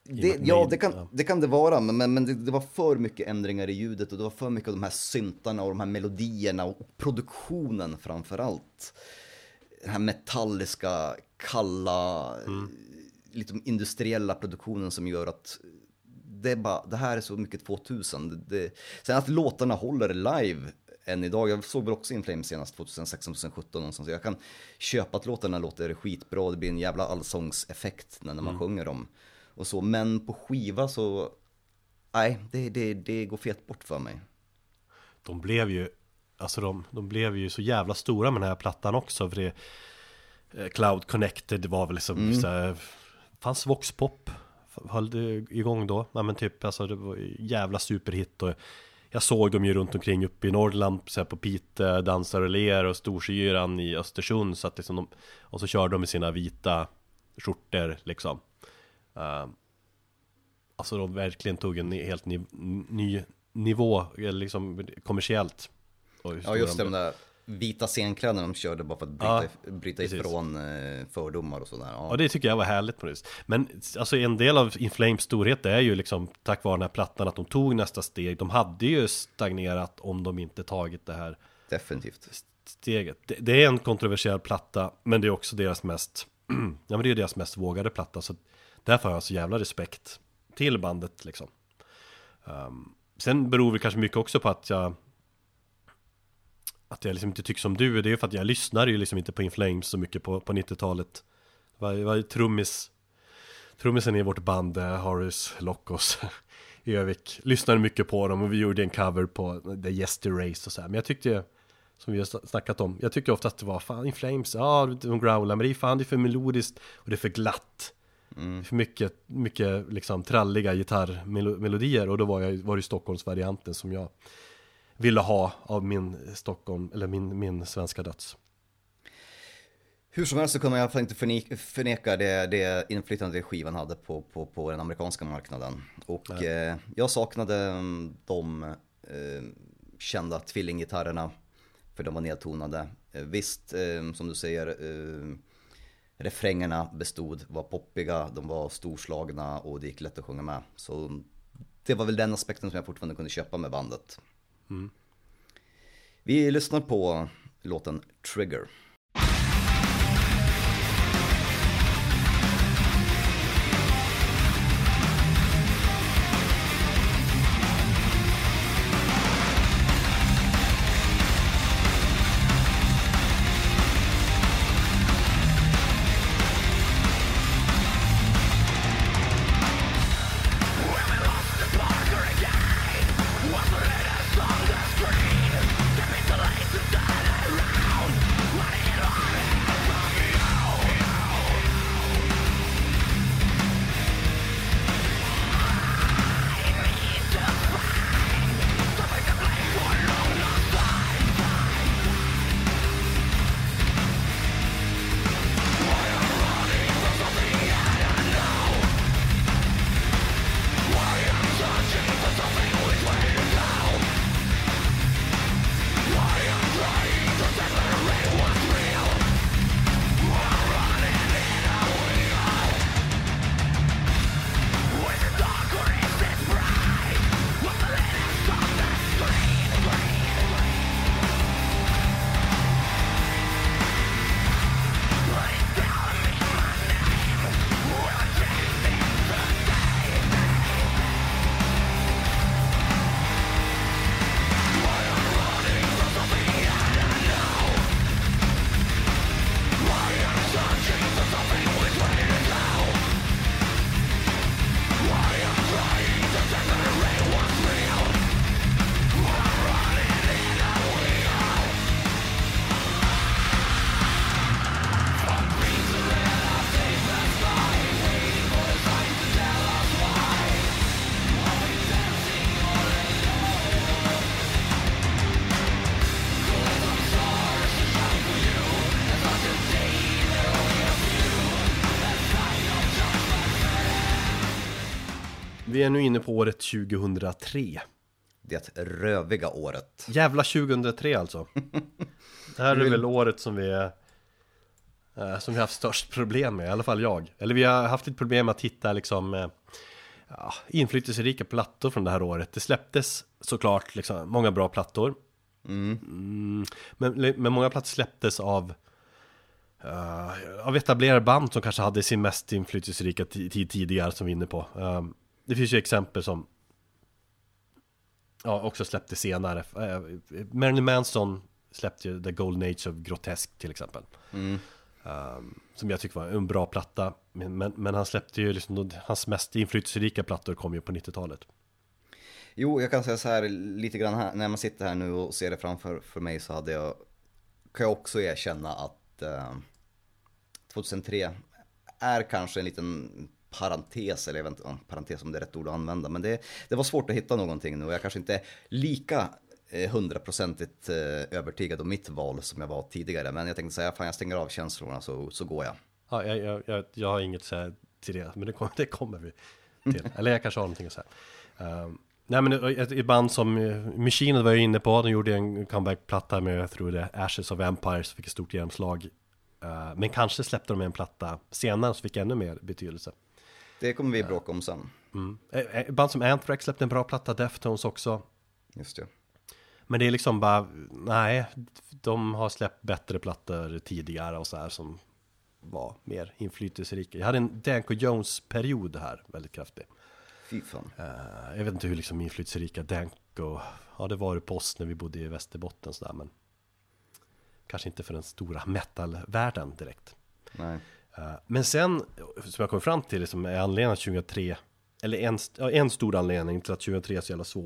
Speaker 2: Det kan det vara, men det var för mycket ändringar i ljudet och det var för mycket av de här syntarna och de här melodierna och produktionen framförallt. Den här metalliska, kalla, lite industriella produktionen som gör att det här är så mycket 2000. Sen att låtarna håller live än idag. Jag såg väl också In Flames senast 2016-2017 någonstans. Jag kan köpa att låtarna låter skitbra. Det blir en jävla allsångseffekt när man sjunger dem. Och så, men på skiva så nej, det går fet bort för mig.
Speaker 1: De blev ju de blev ju så jävla stora med den här plattan också, för det Cloud Connected, det var väl liksom så här, fanns Vox Pop höll det igång då. Nej, men typ alltså det var jävla superhit och jag såg dem ju runt omkring uppe i Norrland så här på Pite, Dansar och ler och Storsyran i Östersund, så att liksom och så körde de med sina vita skjortor liksom. Alltså de verkligen tog en helt ny nivå liksom kommersiellt.
Speaker 2: Ja, just det, de där vita scenkläderna de körde bara för att bryta ifrån fördomar och sådär.
Speaker 1: Ja, det tycker jag var härligt på det. Men alltså en del av In Flames storhet är ju liksom tack vare den här plattan att de tog nästa steg. De hade ju stagnerat om de inte tagit det här
Speaker 2: definitivt
Speaker 1: steget. Det är en kontroversiell platta, men det är också deras mest ja, men det är deras mest vågade platta, så därför har jag så jävla respekt till bandet liksom. Sen beror det kanske mycket också på att jag liksom inte tycker som du. Det är ju för att jag lyssnar ju liksom inte på In Flames så mycket på 90-talet. Var trummisen i vårt band, Horace Lockos i Övik, lyssnade mycket på dem och vi gjorde en cover på The Yester Race och så här. Men jag tyckte, som vi har snackat om, jag tyckte ofta att det var fan In Flames, ja de growlar, men det är för melodiskt och det är för glatt. För mycket liksom tralliga gitarrmelodier, och då var det Stockholmsvarianten som jag ville ha av min Stockholm, eller min svenska döds.
Speaker 2: Hur som helst så kunde jag i alla fall inte förneka det inflytande skivan hade på den amerikanska marknaden. Och jag saknade de kända tvillinggitarrerna, för de var nedtonade. Visst, som du säger, refrängerna var poppiga, de var storslagna och det gick lätt att sjunga med. Så det var väl den aspekten som jag fortfarande kunde köpa med bandet. Vi lyssnar på låten Trigger.
Speaker 1: Vi är nu inne på året 2003.
Speaker 2: Det röviga året.
Speaker 1: Jävla 2003 alltså. Det här är väl året som vi har haft störst problem med, i alla fall jag. Eller vi har haft ett problem att hitta liksom inflytelserika plattor från det här året. Det släpptes såklart liksom många bra plattor. Men många plattor släpptes av etablerade band som kanske hade sin mest inflytelserika tid tidigare, som vi är inne på. Det finns ju exempel som också släppte senare. Marilyn Manson släppte ju The Golden Age of Grotesque till exempel. Som jag tycker var en bra platta. Men han släppte ju liksom, hans mest inflytelserika plattor kom ju på 90-talet.
Speaker 2: Jo, jag kan säga så här lite grann här, när man sitter här nu och ser det framför mig, så kan jag också erkänna att 2003 är kanske en liten parentes, eller jag vet inte, parentes om det är rätt ord att använda, men det var svårt att hitta någonting nu, och jag kanske inte är lika 100% övertygad om mitt val som jag var tidigare, men jag tänkte säga, fan, jag stänger av känslorna så går jag.
Speaker 1: Ja, jag har inget att säga till det, men det kommer vi till. Eller jag kanske har någonting att säga. Nej, men ett band som Machine var jag inne på, de gjorde en comeback-platta med, jag tror det, Ashes of Empire, som fick ett stort genomslag. Men kanske släppte de en platta senare som fick ännu mer betydelse.
Speaker 2: Det kommer vi bråka om sen.
Speaker 1: Ett band som Anthrax släppte en bra platta, Deftones också.
Speaker 2: Just det.
Speaker 1: Men det är liksom bara, nej, de har släppt bättre plattor tidigare och så här som var mer inflytelserika. Jag hade en Danko Jones-period här, väldigt kraftig.
Speaker 2: Fy fan.
Speaker 1: Jag vet inte hur liksom inflytelserika Danko, det var på oss när vi bodde i Västerbotten så där, men kanske inte för den stora metalvärlden direkt.
Speaker 2: Nej.
Speaker 1: Men sen, som jag kom fram till, liksom, är anledningen till 2003, eller en stor anledning till att 2003 är så jävla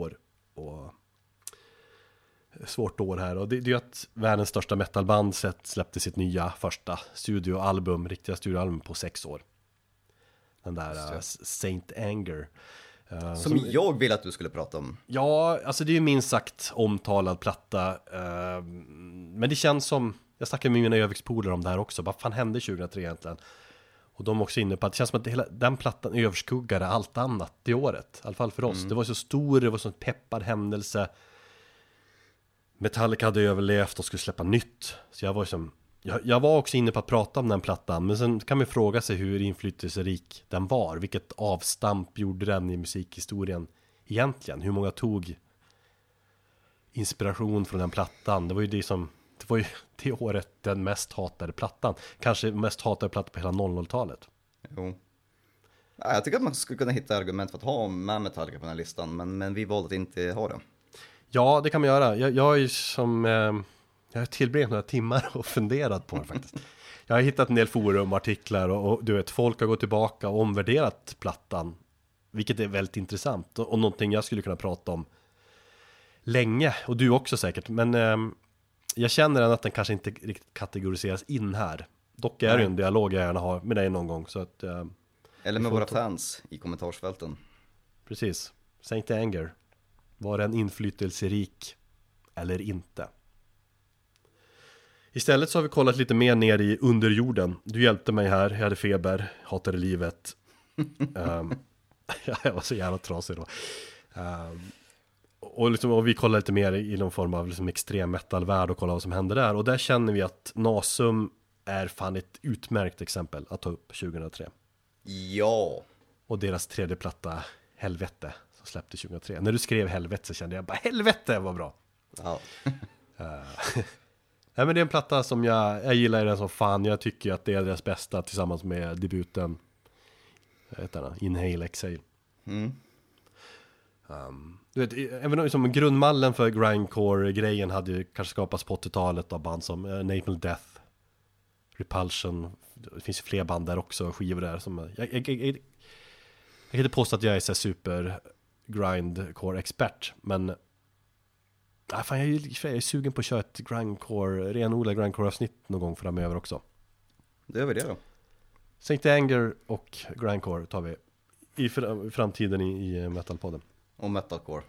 Speaker 1: svårt år här, och det är ju att världens största metalband släppte sitt nya första riktiga studioalbum på 6 år. Den där Saint Anger.
Speaker 2: Som jag vill att du skulle prata om.
Speaker 1: Ja, alltså det är ju minst sagt omtalad platta. Men det känns som, jag snackade med mina övervikspolare om det här också. Vad fan hände 2003 egentligen? Och de är också inne på att det känns som att den plattan överskuggade allt annat det året. I alla fall för oss. Det var så stor, det var så en peppad händelse. Metallica hade överlevt och skulle släppa nytt. Så jag var också inne på att prata om den plattan. Men sen kan man fråga sig hur inflytelserik den var. Vilket avstamp gjorde den i musikhistorien egentligen? Hur många tog inspiration från den plattan? Det var ju det året den mest hatade plattan. Kanske mest hatade platta på hela 00-talet.
Speaker 2: Jo. Ja, jag tycker att man skulle kunna hitta argument för att ha med Metallica på den här listan. Men vi valde att inte ha det.
Speaker 1: Ja, det kan man göra. Jag har tillbringat några timmar och funderat på det faktiskt. Jag har hittat en del forum, artiklar och du vet, folk har gått tillbaka och omvärderat plattan. Vilket är väldigt intressant och någonting jag skulle kunna prata om länge. Och du också säkert. Men jag känner att den kanske inte riktigt kategoriseras in här. Dock är det en dialog jag gärna har med dig någon gång. Så att,
Speaker 2: eller med våra fans i kommentarsfälten.
Speaker 1: Precis. Saint Anger. Var den inflytelserik eller inte? Istället så har vi kollat lite mer ner i underjorden. Du hjälpte mig här, jag hade feber, hatade livet. Jag var så jävla trasig då. Och vi kollade lite mer i någon form av liksom extrem metal-värld och kolla vad som hände där. Och där känner vi att Nasum är fan ett utmärkt exempel att ta upp 2003.
Speaker 2: Ja. Och
Speaker 1: deras tredje platta, Helvete, som släppte 2003. När du skrev Helvete så kände jag bara, helvete vad bra.
Speaker 2: Ja.
Speaker 1: Nej, men det är en platta som jag gillar den som fan. Jag tycker att det är deras bästa tillsammans med debuten Inhale Exhale. Du vet, även som grundmallen för grindcore-grejen hade ju kanske skapats på 80-talet av band som Napalm Death, Repulsion. Det finns ju fler band där också, skivor där som jag kan inte påstå att jag är så super grindcore-expert, men fan, jag är sugen på att köra ett renodlad grindcore-avsnitt någon gång framöver också.
Speaker 2: Det gör vi det då.
Speaker 1: Saint Anger och grindcore tar vi i framtiden i Metalpodden.
Speaker 2: Och metalcore.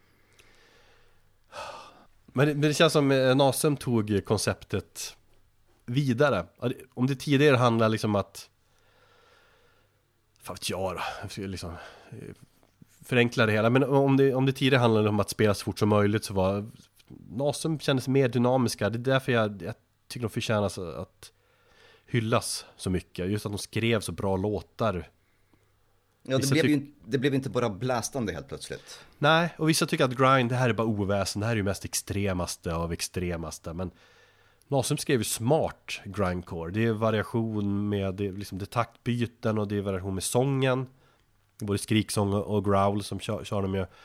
Speaker 1: Men det känns som Nasum tog konceptet vidare. Om det tidigare handlar liksom att, fan vet jag då, liksom förenkla det hela. Men om det tidigare handlade om att spela så fort som möjligt, så var Nasum kändes mer dynamiska. Det är därför jag tycker de förtjänas att hyllas så mycket. Just att de skrev så bra låtar
Speaker 2: Ja, det blev inte bara blästande helt plötsligt.
Speaker 1: Nej, och vissa tycker att grind, det här är bara oväsen, det här är ju mest extremaste av extremaste. Men Nasum skrev ju smart grindcore. Det är variation med det är taktbyten och det är variation med sången. Både skriksång och growl som kör de ju.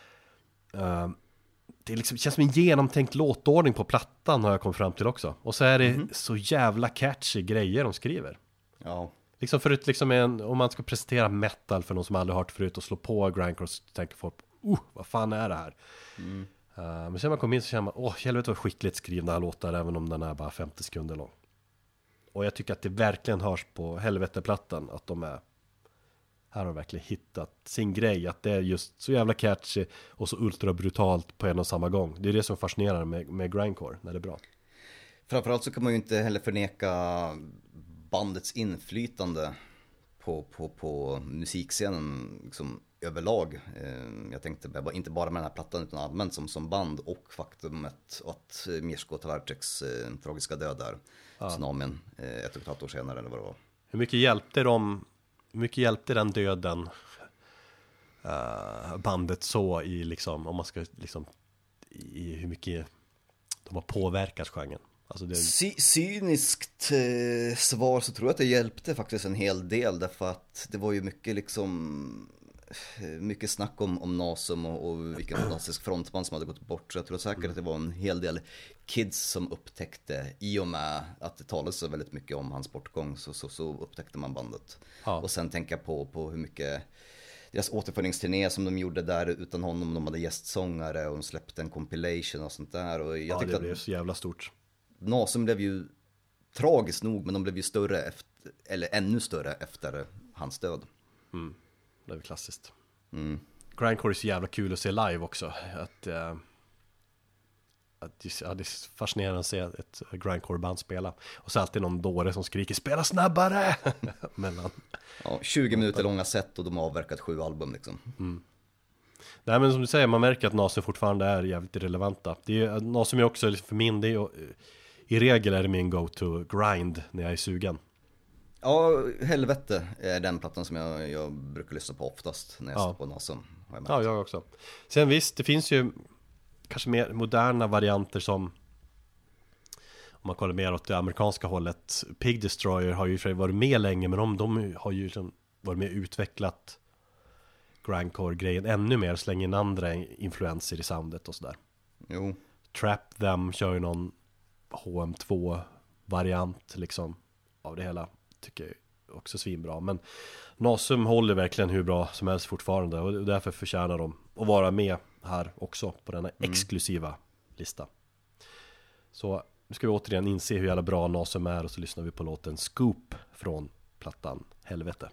Speaker 1: Det känns som en genomtänkt låtordning på plattan har jag kommit fram till också. Och så är det så jävla catchy grejer de skriver.
Speaker 2: Ja.
Speaker 1: Liksom förut om man ska presentera metal för någon som aldrig hört förut och slå på grindcore så tänker folk, vad fan är det här? Men sen man kommer in så känner man, helvete vad skickligt skrivna här låtar även om den är bara 50 sekunder lång. Och jag tycker att det verkligen hörs på helveteplattan att de är, här har de verkligen hittat sin grej, att det är just så jävla catchy och så ultra brutalt på en och samma gång. Det är det som fascinerar med grindcore när det är bra.
Speaker 2: Framförallt så kan man ju inte heller förneka bandets inflytande på musikscenen liksom, överlag. Jag tänkte inte bara med den här plattan utan allmänt som band och faktumet att Mirko Tavarczyks tragiska död där, tsunamin 1,5 år senare eller vad det var.
Speaker 1: Hur mycket hjälpte den döden bandet så i liksom, om man ska liksom i hur mycket de har påverkat genren? Alltså
Speaker 2: cyniskt svar så tror jag att det hjälpte faktiskt en hel del, därför att det var ju mycket snack om Nasum och vilken fantastisk frontman som hade gått bort, så jag tror säkert att det var en hel del kids som upptäckte, i och med att det talades så väldigt mycket om hans bortgång, så upptäckte man bandet. Och sen tänka på hur mycket deras återföreningsturné som de gjorde där utan honom, de hade gästsångare och de släppte en compilation och sånt där, och jag tyckte
Speaker 1: det blev så jävla stort.
Speaker 2: Nasum blev ju tragiskt nog, men de blev ju ännu större efter hans död.
Speaker 1: Det är klassiskt. Grindcore är så jävla kul att se live också. Det är fascinerande att se ett grindcore-band spela. Och så alltid någon dåre som skriker spela snabbare! Mellan.
Speaker 2: 20 minuter långa set och de har avverkat 7 album liksom.
Speaker 1: Nej, men som du säger, man märker att Nasum fortfarande är jävligt relevanta. Nasum är också för min del, i regel är det min go-to grind när jag är sugen.
Speaker 2: Ja, helvete är den plattan som jag brukar lyssna på oftast när jag står på Nasum.
Speaker 1: Ja, jag också. Sen visst, det finns ju kanske mer moderna varianter som, om man kollar mer åt det amerikanska hållet, Pig Destroyer har ju för sig varit med länge, men de har ju liksom varit med utvecklat grindcore-grejen ännu mer, slänger in andra influenser i soundet och sådär.
Speaker 2: Jo.
Speaker 1: Trap Them kör ju någon HM2-variant liksom av det hela. Tycker jag också svinbra. Men Nasum håller verkligen hur bra som helst fortfarande, och därför förtjänar de att vara med här också på denna exklusiva lista. Så nu ska vi återigen inse hur jävla bra Nasum är, och så lyssnar vi på låten Scoop från plattan Helvete.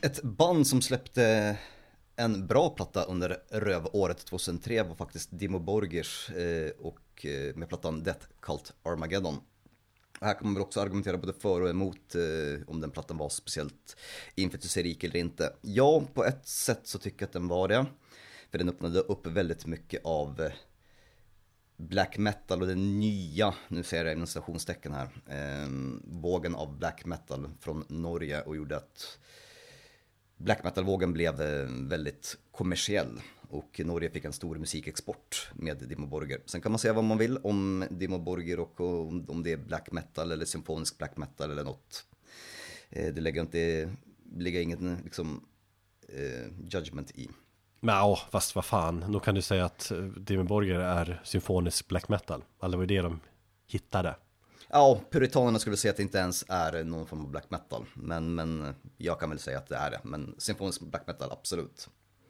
Speaker 2: Ett band som släppte en bra platta under rövåret 2003 var faktiskt Dimmu Borgir och med plattan Death Cult Armageddon. Här kan man väl också argumentera både för och emot om den plattan var speciellt inflytelserik eller inte. Ja, på ett sätt så tycker jag att den var det. För den öppnade upp väldigt mycket av black metal och den nya, nu ser jag inom stationstecken här, vågen av black metal från Norge och gjorde att black metal-vågen blev väldigt kommersiell och Norge fick en stor musikexport med Dimmu Borgir. Sen kan man säga vad man vill om Dimmu Borgir och om det är black metal eller symfonisk black metal eller något. Det ligger ingen liksom, judgment i.
Speaker 1: Men ja, fast vad fan, då kan du säga att Dimmu Borgir är symfonisk black metal. Eller det var det de hittade.
Speaker 2: Ja, puritanerna skulle säga att det inte ens är någon form av black metal. Men jag kan väl säga att det är det. Men symfonisk black metal, absolut.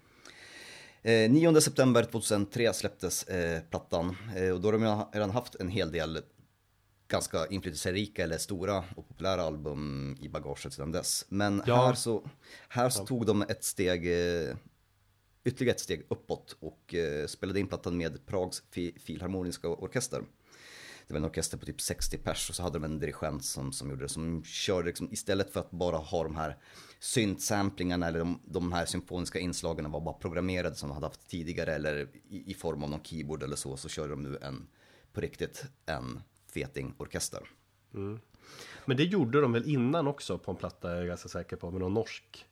Speaker 2: 9 september 2003 släpptes plattan. Och då har de redan haft en hel del ganska inflytelserika eller stora och populära album i bagaget sedan dess. Men här så tog de ytterligare ett steg uppåt och spelade in plattan med Prags filharmoniska orkester. Det var en orkester på typ 60 pers och så hade de en dirigent som gjorde det, som körde liksom, istället för att bara ha de här syntsamplingarna eller de här symfoniska inslagen var bara programmerade som de hade haft tidigare eller i form av någon keyboard eller så körde de nu på riktigt en feting orkester.
Speaker 1: Mm. Men det gjorde de väl innan också på en platta, jag är ganska säker på, med någon norsk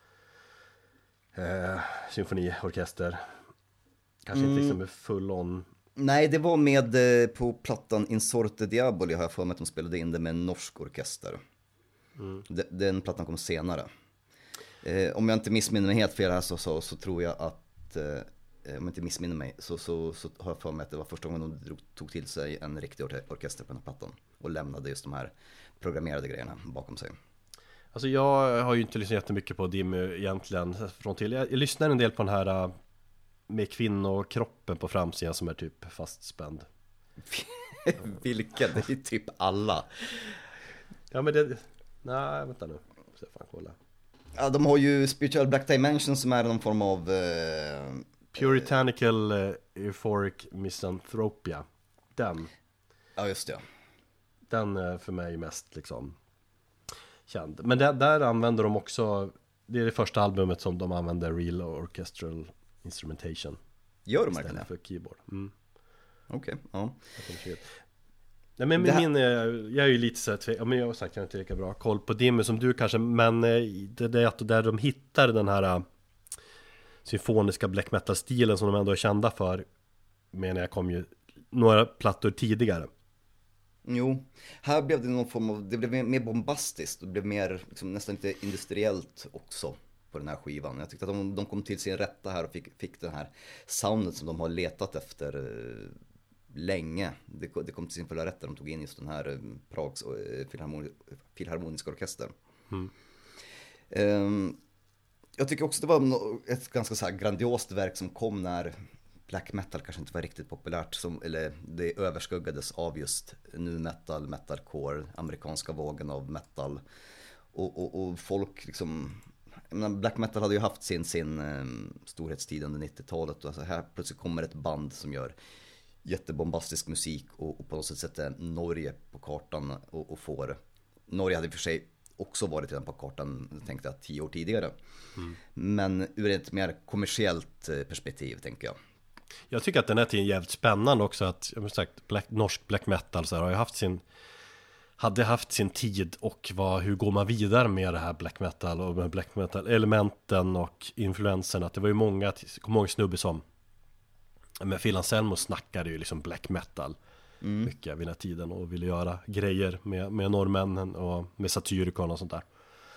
Speaker 1: symfoniorkester. Kanske inte liksom full on.
Speaker 2: Nej, det var med på plattan In Sorte Diaboli har jag för mig att de spelade in det med en norsk orkester. Den plattan kom senare. Om jag inte missminner mig helt fel här så tror jag att om jag inte missminner mig så har jag för mig att det var första gången de tog till sig en riktig orkester på den här plattan och lämnade just de här programmerade grejerna bakom sig.
Speaker 1: Alltså jag har ju inte lyssnat jättemycket på Dimmu egentligen från till. Jag lyssnar en del på den här med kvinnokroppen på framsidan som är typ fastspänd.
Speaker 2: Vilken? Det är typ alla.
Speaker 1: Ja men det... Nej, vänta nu. Så fan kolla.
Speaker 2: Ja, de har ju Spiritual Black Dimension som är någon form av...
Speaker 1: Puritanical Euphoric Misanthropia. Den.
Speaker 2: Ja, just det.
Speaker 1: Den är för mig mest liksom känd. Men där använder de också... Det är det första albumet som de använder Real Orchestral Instrumentation.
Speaker 2: Gör de verkligen
Speaker 1: det? För keyboard.
Speaker 2: Okej, ja.
Speaker 1: Nej, men jag är ju lite så här, men jag har sagt att jag inte lika bra koll på Dimmu som du kanske, men det är att där de hittar den här symfoniska black metal stilen som de ändå är kända för, menar jag kom ju några plattor tidigare.
Speaker 2: Jo, här blev det någon form av, det blev mer bombastiskt, det blev mer liksom, nästan lite industriellt också på den här skivan. Jag tyckte att de kom till sin rätta här och fick den här soundet som de har letat efter länge. Det kom till sin fulla rätt när de tog in just den här Prags filharmoniska orkester. Jag tycker också det var ett ganska så här grandiost verk som kom när black metal kanske inte var riktigt populärt, eller det överskuggades av just nu metal, metalcore, amerikanska vågen av metal och folk liksom, black metal hade ju haft sin storhetstid under 90-talet och alltså här plötsligt kommer ett band som gör jättebombastisk musik och på något sätt sätter Norge på kartan och får, Norge hade i och för sig också varit redan på kartan, tänkte jag, 10 år tidigare. Men ur ett mer kommersiellt perspektiv tänker jag.
Speaker 1: Jag tycker att den här tiden är jävligt spännande också, att jag har sagt, norsk black metal så här, har ju hade haft sin tid, och hur går man vidare med det här black metal och med black metal elementen och influenserna. Att det var ju många snubbe som med Phil Anselmo snackade ju liksom black metal mycket vid den här tiden och ville göra grejer med norrmännen och med Satyricon och sånt där.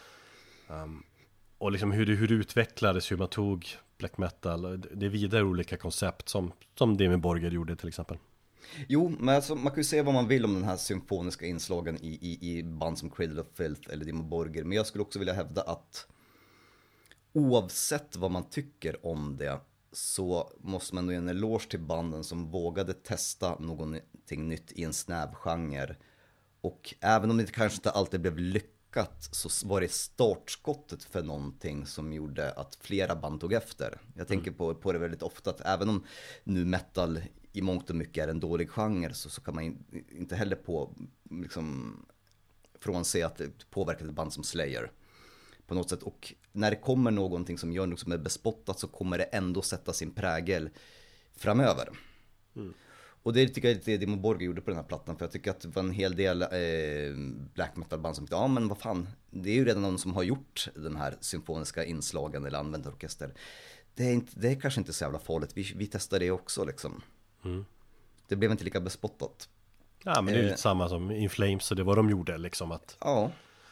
Speaker 1: Och liksom hur det utvecklades, hur man tog black metal, det är vidare olika koncept som Dimmu Borgir gjorde till exempel.
Speaker 2: Jo, men alltså, man kan ju säga vad man vill om den här symfoniska inslagen i band som Cradle of Filth eller Dimmu Borgir, men jag skulle också vilja hävda att oavsett vad man tycker om det så måste man nog ge en eloge till banden som vågade testa någonting nytt i en snäv genre. Och även om det kanske inte alltid blev lyckat så var det startskottet för någonting som gjorde att flera band tog efter. Jag tänker på det väldigt ofta att även om nu metal i mångt och mycket är en dålig genre så kan man inte heller frånse att det påverkat ett band som Slayer på något sätt. Och när det kommer någonting som gör något som är bespottat så kommer det ändå sätta sin prägel framöver. Och det tycker jag är det Dimmu Borgir gjorde på den här plattan. För jag tycker att det var en hel del black metal band som tyckte, ja men vad fan, det är ju redan någon som har gjort den här symfoniska inslagen eller använt orkester. Det är kanske inte så jävla farligt, vi testar det också liksom. Det blev inte lika bespottat.
Speaker 1: Ja, men det är lite samma som In Flames, och det var de gjorde liksom att...
Speaker 2: Ja.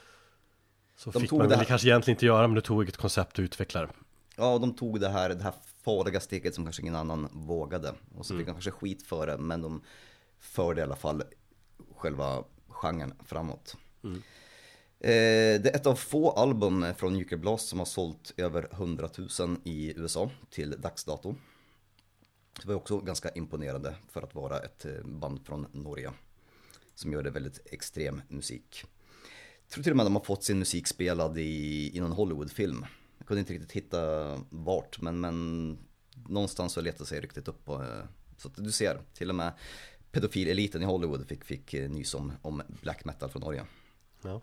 Speaker 1: Så fick man väl kanske egentligen inte göra, men det tog ett koncept att utveckla.
Speaker 2: Ja, de tog det här farliga steget som kanske ingen annan vågade. Och så fick de kanske skit för det, men de förde i alla fall själva genren framåt. Det är ett av få album från Nuclear Blast som har sålt över 100 000 i USA till dagsdato. Det var också ganska imponerande för att vara ett band från Norge som gör det väldigt extrem musik. Jag tror till och med att de har fått sin musik spelad i någon Hollywoodfilm. Jag kunde inte riktigt hitta vart, men någonstans så letade sig riktigt upp. Så att du ser, till och med pedofileliten i Hollywood fick nys om black metal från Norge.
Speaker 1: Ja.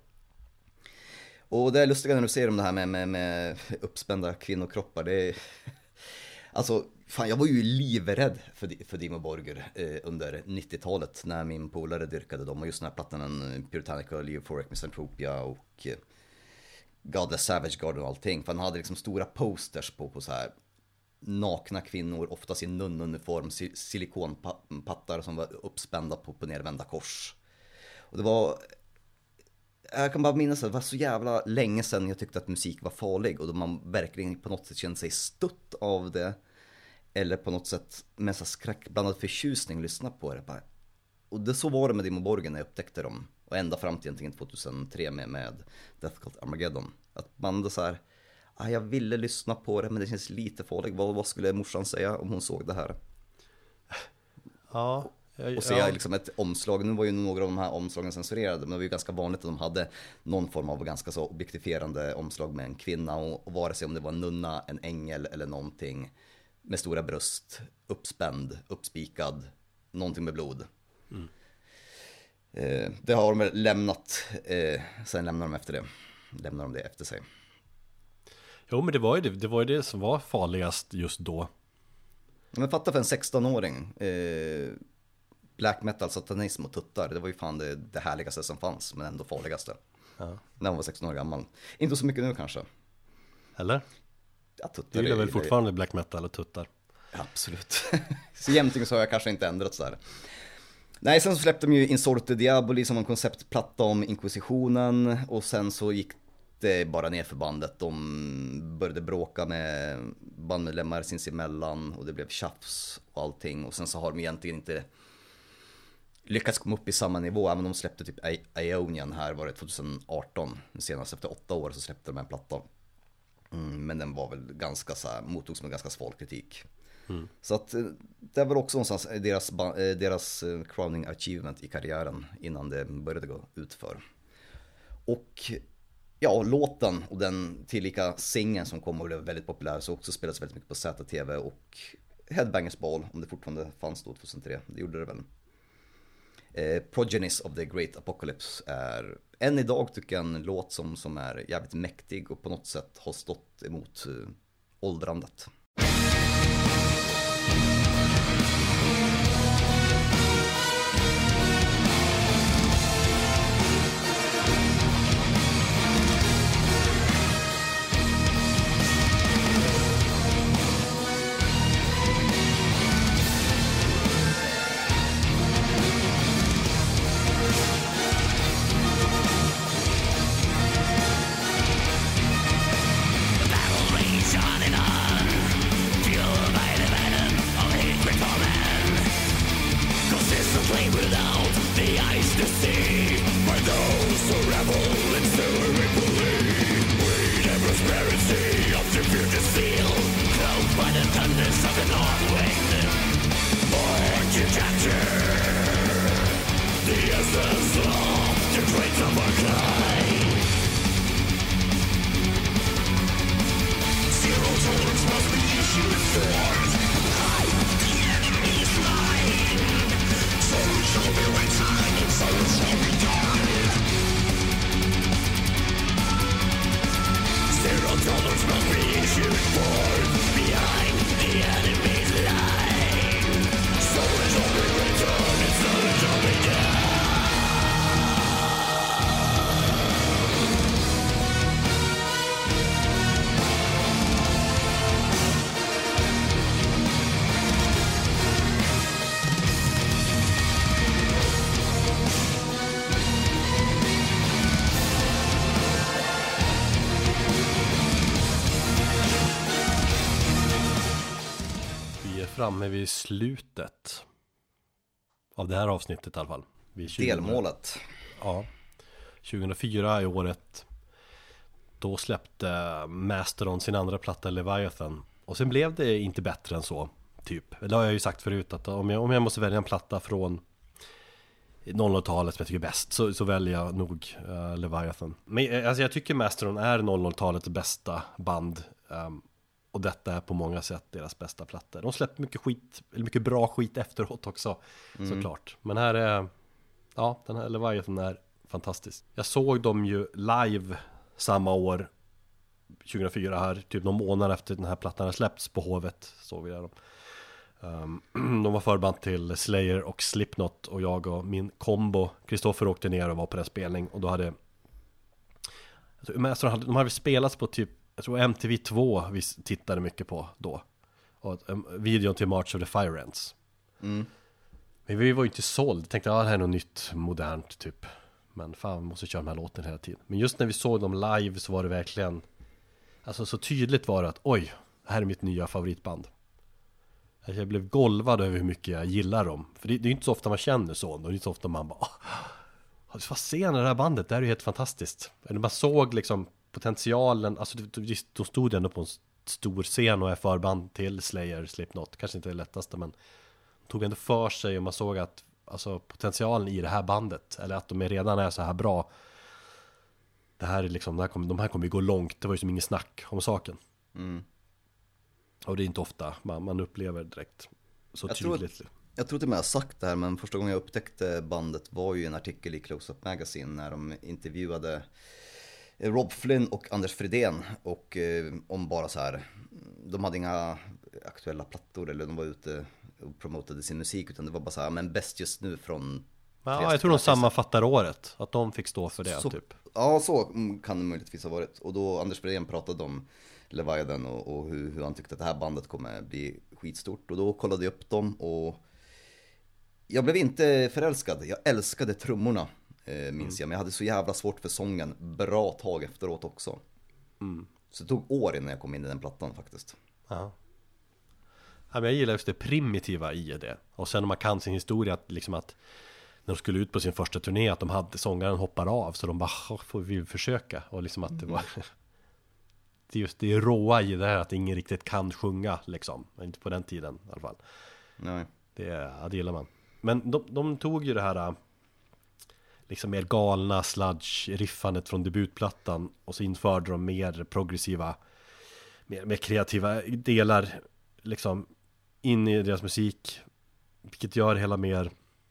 Speaker 2: Och det är lustigt när du ser om det här med uppspända kvinnokroppar. Det är... Alltså, fan, jag var ju livrädd för Dimmu Borgir under 90-talet när min polare dyrkade dem. Och just den här plattan, Puritanical, Euphoric Misanthropia och Godless Savage Garden och allting. För han hade liksom stora posters på så här nakna kvinnor, oftast i nunnuniform, silikonpattar som var uppspända på nervända kors. Och det var... Jag kan bara minnas att det var så jävla länge sedan jag tyckte att musik var farlig. Och då man verkligen på något sätt kände sig stött av det. Eller på något sätt med så skräckblandad förtjusning lyssna på det. Och så var det med Dimmu Borgir när jag upptäckte dem. Och ända fram till egentligen 2003 med Death Cult Armageddon. Att man så här, jag ville lyssna på det men det känns lite farligt. Vad skulle morsan säga om hon såg det här?
Speaker 1: Ja.
Speaker 2: Och se liksom ett omslag, nu var ju några av de här omslagen censurerade, men det var ju ganska vanligt att de hade någon form av ganska så objektifierande omslag med en kvinna, och vare sig om det var en nunna, en ängel eller någonting med stora bröst, uppspänd, uppspikad, någonting med blod. Det har de lämnat, sen lämnar de det efter sig.
Speaker 1: Jo, men det var ju det som var farligast just då.
Speaker 2: Men fatta för en 16-åring, black metal, satanism och tuttar, det var ju fan det härligaste som fanns, men ändå farligaste.
Speaker 1: Ja.
Speaker 2: När han var 16 år gammal. Inte så mycket nu kanske.
Speaker 1: Eller?
Speaker 2: Ja, tuttar.
Speaker 1: Du gillar väl fortfarande black metal och tuttar?
Speaker 2: Absolut. Så jämntligen så har jag kanske inte ändrat så här. Nej, sen så släppte de ju Insorte Diaboli som en konceptplatta om inkvisitionen, och sen så gick det bara ner för bandet. De började bråka med bandmedlemmar sinsemellan och det blev tjafs och allting, och sen så har de egentligen inte lyckats komma upp i samma nivå, även om de släppte typ Ionian här, var det 2018, senast efter 8 år så släppte de en platta. Men den var väl ganska så här, mottogs med ganska sval kritik. Så att det var också någonstans deras crowning achievement i karriären innan det började gå utför. Och ja, låten och den tillika singeln som kom och blev väldigt populär så också spelades väldigt mycket på ZTV och Headbangers Ball, om det fortfarande fanns då 2003, det gjorde det väl. Progenies of the Great Apocalypse är än idag tycker jag en låt som är jävligt mäktig och på något sätt har stått emot åldrandet.
Speaker 3: Battle rage on and on, fueled by the venom of
Speaker 1: Framme vid slutet av det här avsnittet i alla fall.
Speaker 2: Delmålet.
Speaker 1: Ja. 2004 i året. Då släppte Mastodon sin andra platta Leviathan. Och sen blev det inte bättre än så. Typ. Det har jag ju sagt förut att om jag måste välja en platta från 00-talet som jag tycker är bäst så väljer jag nog Leviathan. Men alltså jag tycker Mastodon är 00-talets bästa band. Och detta är på många sätt deras bästa plattor. De släppte mycket bra skit efteråt också, såklart. Men här är, ja, den här Leviathan är fantastisk. Jag såg dem ju live samma år, 2004 här, typ någon månad efter den här plattan har släppts på Hovet, såg vi där. De var förband till Slayer och Slipknot, och jag och min kombo Kristoffer åkte ner och var på den spelning. Och då hade de hade spelats på typ, jag tror MTV2 vi tittade mycket på då. Och videon till March of the Fire Ants. Men vi var ju inte såld. Tänkte det här är något nytt, modernt typ. Men fan, vi måste köra den här låten hela tiden. Men just när vi såg dem live så var det verkligen, alltså så tydligt var det att oj, det här är mitt nya favoritband. Jag blev golvad över hur mycket jag gillar dem. För det är inte så ofta man känner så. Det är inte så ofta man bara, vad ser ni det här bandet? Det här är ju helt fantastiskt. Eller man såg liksom potentialen, alltså då stod ändå på en stor scen och är förband till Slayer, Slipknot, kanske inte det lättaste, men tog ändå för sig, och man såg att alltså potentialen i det här bandet, eller att de redan är så här bra, det här är liksom, de här kommer ju gå långt, det var ju som ingen snack om saken. Och det är inte ofta man upplever direkt så tydligt.
Speaker 2: Jag tror inte jag har sagt det här, men första gången jag upptäckte bandet var ju en artikel i Close Up Magazine när de intervjuade Rob Flynn och Anders Fridén, och om bara så här, de hade inga aktuella plattor eller de var ute och promotade sin musik, utan det var bara så här, men bäst just nu från...
Speaker 1: Ja, jag tror de sammanfattar året, att de fick stå för det så, typ.
Speaker 2: Ja, så kan det möjligtvis ha varit. Och då Anders Fridén pratade om Leviathan och hur han tyckte att det här bandet kommer bli skitstort, och då kollade jag upp dem och jag blev inte förälskad. Jag älskade trummorna, minns jag, men jag hade så jävla svårt för sången bra tag efteråt också. Så det tog år innan jag kom in i den plattan faktiskt.
Speaker 1: Ja, men jag gillar just det primitiva i det. Och sen om man kan sin historia, att liksom att när de skulle ut på sin första turné, att de hade sångaren hoppar av, så de bara, får vi försöka. Och liksom att det var det är just det råa i det här, att ingen riktigt kan sjunga liksom, inte på den tiden i alla fall.
Speaker 2: Nej.
Speaker 1: Det gillar man. Men de tog ju det här liksom mer galna sludge-riffandet från debutplattan, och så införde de mer progressiva, mer kreativa delar liksom in i deras musik, vilket gör hela mer,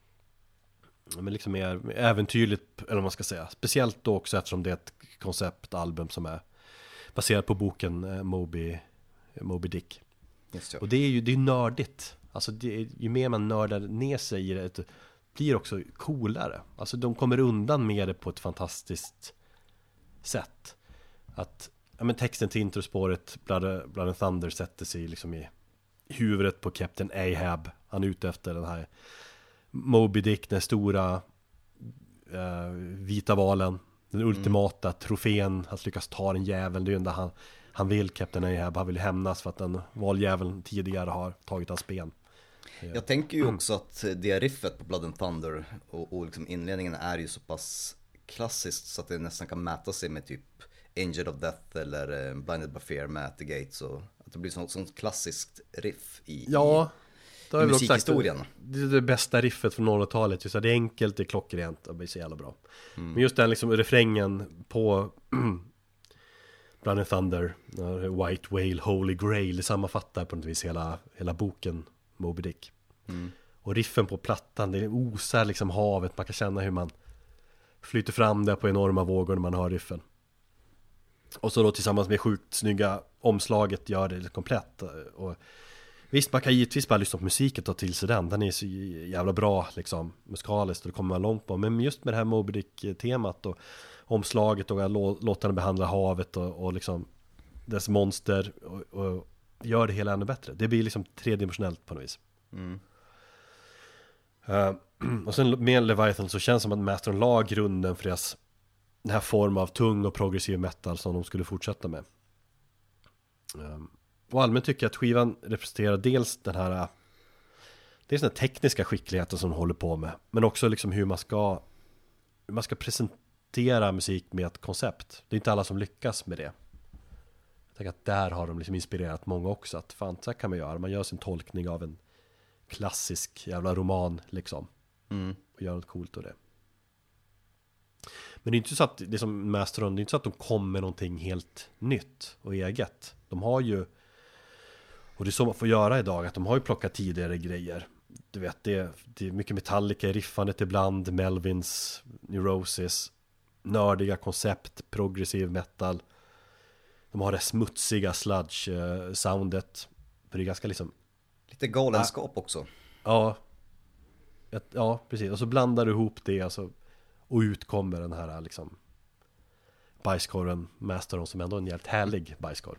Speaker 1: men liksom mer äventyrligt, eller vad man ska säga. Speciellt då också eftersom det är ett konceptalbum som är baserat på boken Moby Dick.
Speaker 2: Just, ja.
Speaker 1: Och det är ju nördigt. Alltså ju mer man nördar ner sig i det, blir också coolare. Alltså de kommer undan med det på ett fantastiskt sätt. Att men texten till introspåret Blood and Thunder sätter sig liksom i huvudet på Captain Ahab. Han är ute efter den här Moby Dick, den stora vita valen, den ultimata trofén, att lyckas ta den jäveln. Det är ju enda han vill, Captain Ahab. Han vill hämnas för att den valjäveln tidigare har tagit hans ben.
Speaker 2: Jag tänker ju också att det riffet på Blood and Thunder och liksom inledningen är ju så pass klassiskt så att det nästan kan mäta sig med typ Angel of Death eller Blinded by Fear med At the Gates, och att det blir sånt klassiskt riff i musikhistorien.
Speaker 1: Det är det bästa riffet från 00-talet. Just det är enkelt, det är klockrent och det blir så jävla bra. Men just den liksom refrängen på Blood and Thunder, White Whale, Holy Grail, det sammanfattar på något vis hela boken Moby Dick. Och riffen på plattan, det osar liksom havet. Man kan känna hur man flyter fram där på enorma vågor när man hör riffen. Och så då tillsammans med sjukt snygga omslaget gör det komplett. Och visst, man kan givetvis bara lyssna på musiken och ta till sig den. Den är så jävla bra liksom, musikaliskt, och det kommer man långt på. Men just med det här Moby Dick-temat och omslaget och låta den behandla havet och liksom dess monster och gör det hela ännu bättre. Det blir liksom tredimensionellt på något vis. Och sen med Leviathan så känns det som att Mastodon la grunden för deras den här form av tung och progressiv metal som de skulle fortsätta med. Och allmänt tycker jag att skivan representerar dels den här tekniska skickligheten som de håller på med, men också liksom hur man ska presentera musik med ett koncept. Det är inte alla som lyckas med det. Jag tänker att där har de liksom inspirerat många också, att fan, så här kan man göra. Man gör sin tolkning av en klassisk jävla roman liksom, och gör något coolt av det. Men det är inte så att det är som Mastodon, det är inte så att de kommer med någonting helt nytt och eget. De har ju, och det är så man får göra idag, att de har ju plockat tidigare grejer. Du vet, det är mycket Metallica i riffandet ibland, Melvins, Neurosis, nördiga koncept, progressiv metal. De har det smutsiga sludge-soundet. För det är ganska liksom...
Speaker 2: Lite galenskap också.
Speaker 1: Ja, precis. Och så blandar du ihop det alltså, och utkommer den här liksom bajskorven Mastodon, som ändå är en helt härlig bajskorv.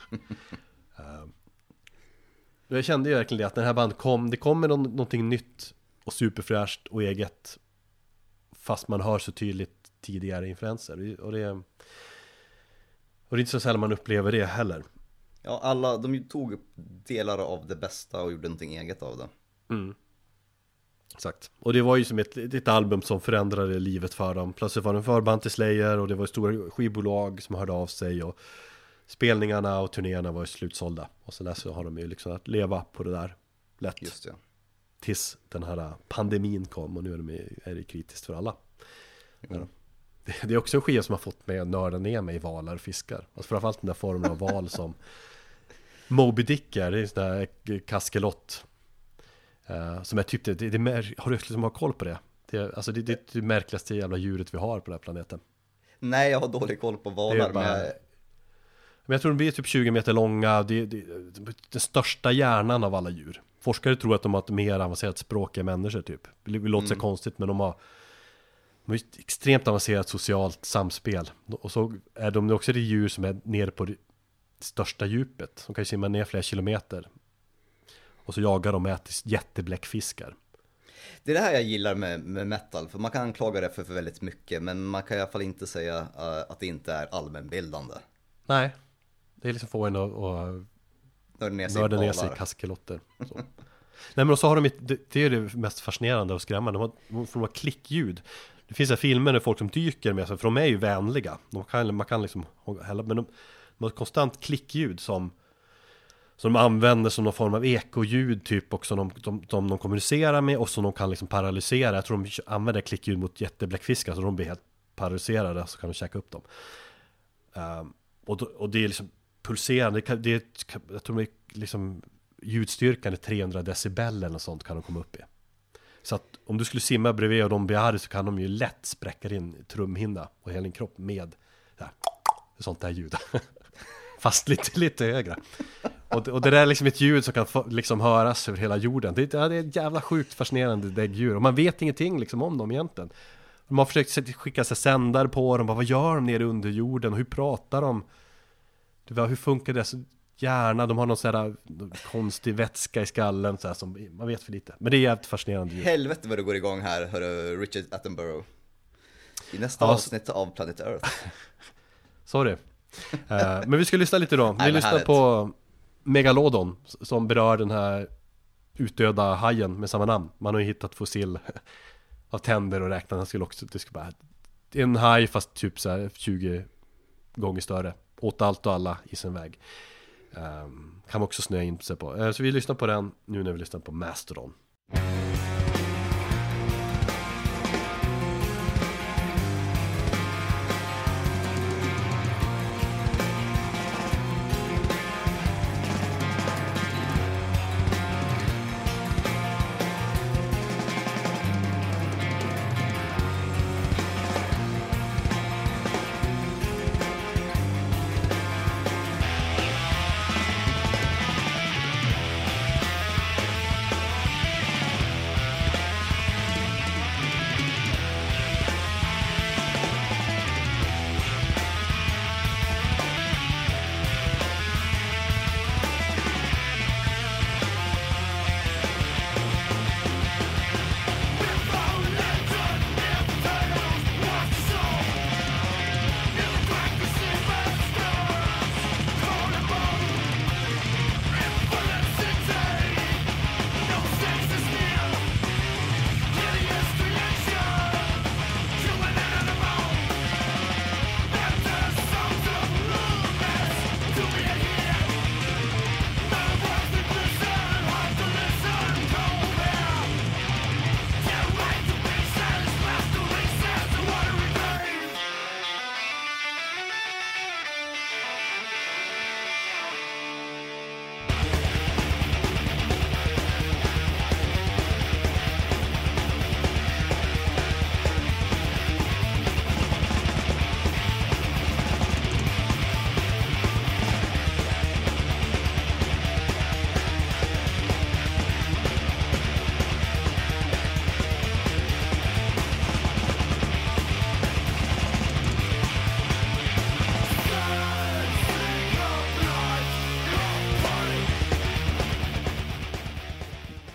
Speaker 1: Jag kände ju verkligen det, att när den här bandet det kommer någonting nytt och superfräscht och eget, fast man hör så tydligt tidigare influenser. Och det är inte så sällan man upplever det heller.
Speaker 2: Ja, de tog delar av det bästa och gjorde någonting eget av det.
Speaker 1: Exakt. Och det var ju som ett album som förändrade livet för dem. Plötsligt var det en förband till Slayer, och det var stora skivbolag som hörde av sig, och spelningarna och turnéerna var ju slutsålda. Och så där så har de ju liksom att leva på det där lätt.
Speaker 2: Just det.
Speaker 1: Tills den här pandemin kom, och nu är det kritiskt för alla. Det är också en skiva som har fått mig att nörda ner mig i valar och fiskar. Alltså framförallt den där formen av val som Moby Dick är. Det är en sån där kaskelott. Som är typ har du liksom koll på det? Det är det märkligaste jävla djuret vi har på den här planeten.
Speaker 2: Nej, jag har dålig koll på valar.
Speaker 1: Men jag tror de blir typ 20 meter långa. Det är den största hjärnan av alla djur. Forskare tror att de har ett mer avancerat språk än människor typ. Det låter sig konstigt, men de har ett extremt avancerat socialt samspel. Och så är de också det djur som är nere på det största djupet. De kan ju simma ner flera kilometer. Och så jagar de och äter jättebläckfiskar.
Speaker 2: Det är det här jag gillar med metal. För man kan anklaga det för väldigt mycket, men man kan i alla fall inte säga att det inte är allmänbildande.
Speaker 1: Nej, det är liksom få en att nörda ner sig i kaskelotter. Så. Nej, men och så har det är det mest fascinerande och skrämmande. De har klickljud. Det finns här filmer där folk som dyker med sig, för de är ju vänliga. Man kan liksom, men de har ett konstant klickljud som de använder som någon form av ekoljud typ, och som de kommunicerar med, och som de kan liksom paralysera. Jag tror de använder klickljud mot jättebläckfiskar, så de blir helt paralyserade, så kan de käka upp dem. Och det är liksom pulserande. Jag tror det är liksom ljudstyrkan är 300 decibel eller något sånt kan de komma upp i. Så att om du skulle simma bredvid och de blir arg, så kan de ju lätt spräcka din trumhinna och hela din kropp med sånt där ljud. Fast lite högre. Och det där är liksom ett ljud som kan liksom höras över hela jorden. Det är ett jävla sjukt fascinerande däggdjur. Och man vet ingenting liksom om dem egentligen. De har försökt skicka sig sändare på dem. Vad gör de nere under jorden? Och hur pratar de? Hur funkar deras hjärna? De har någon sån här konstig vätska i skallen så här, som man vet för lite. Men det är jävligt fascinerande ljud.
Speaker 2: Helvete vad det går igång här, hörru Richard Attenborough. I nästa avsnitt av Planet Earth.
Speaker 1: Sorry. Men vi ska lyssna lite då. Vi lyssnar på Megalodon, som berör den här utdöda hajen med samma namn. Man har ju hittat fossil av tänder och räknat. Det är en haj fast typ så här 20 gånger större. Åt allt och alla i sin väg. Kan man också snöa in sig på. Så vi lyssnar på den nu när vi lyssnar på Mastodon.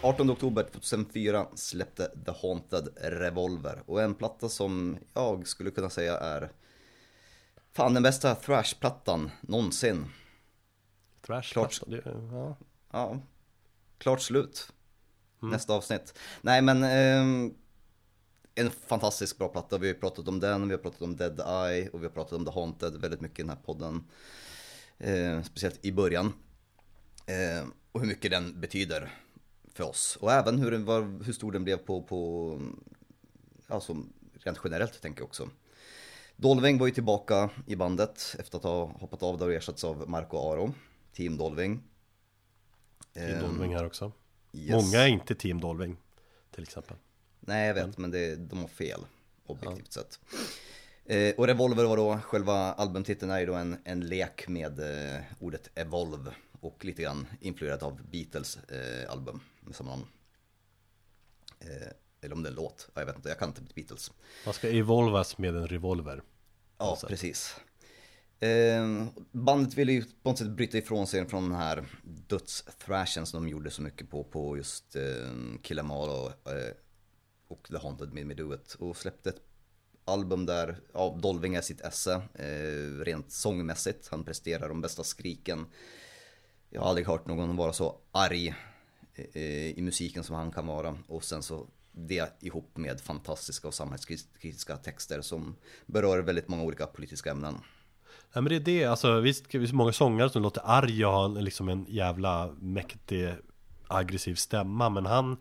Speaker 2: 18 oktober 2004 släppte The Haunted Revolver. Och en platta som jag skulle kunna säga är fan den bästa thrash-plattan någonsin.
Speaker 1: Thrash-plattan, ja.
Speaker 2: Ja, klart slut. Nästa avsnitt. Nej men en fantastisk bra platta. Vi har pratat om den, vi har pratat om Dead Eye och vi har pratat om The Haunted väldigt mycket i den här podden. Speciellt i början. Och hur mycket den betyder för oss. Och även hur stor den blev på alltså rent generellt tänker jag också. Dolving var ju tillbaka i bandet efter att ha hoppat av där och ersatts av Marco Aro. Team Dolving.
Speaker 1: Team Dolving här också.
Speaker 2: Yes.
Speaker 1: Många är inte Team Dolving till exempel.
Speaker 2: Nej jag vet, men de har fel objektivt sett. Och Revolver var då, själva albumtiteln är ju då en lek med ordet evolve. Och lite grann influerat av Beatles album med samma namn. Eller om det är en låt, jag vet inte, jag kan inte Beatles.
Speaker 1: Man ska evolvas med en revolver.
Speaker 2: Ja, precis. Bandet ville ju på något sätt bryta ifrån sig från den här döds-thrashen som de gjorde så mycket på just Kill Em All och The Haunted Made Me Do It. Och släppte ett album där Dolving är sitt esse, rent sångmässigt. Han presterar de bästa skriken. Jag har aldrig hört någon vara så arg i musiken som han kan vara. Och sen så det ihop med fantastiska och samhällskritiska texter som berör väldigt många olika politiska ämnen.
Speaker 1: Ja, men det är det, alltså visst det finns många sångare som låter arg och har liksom en jävla mäktig aggressiv stämma, men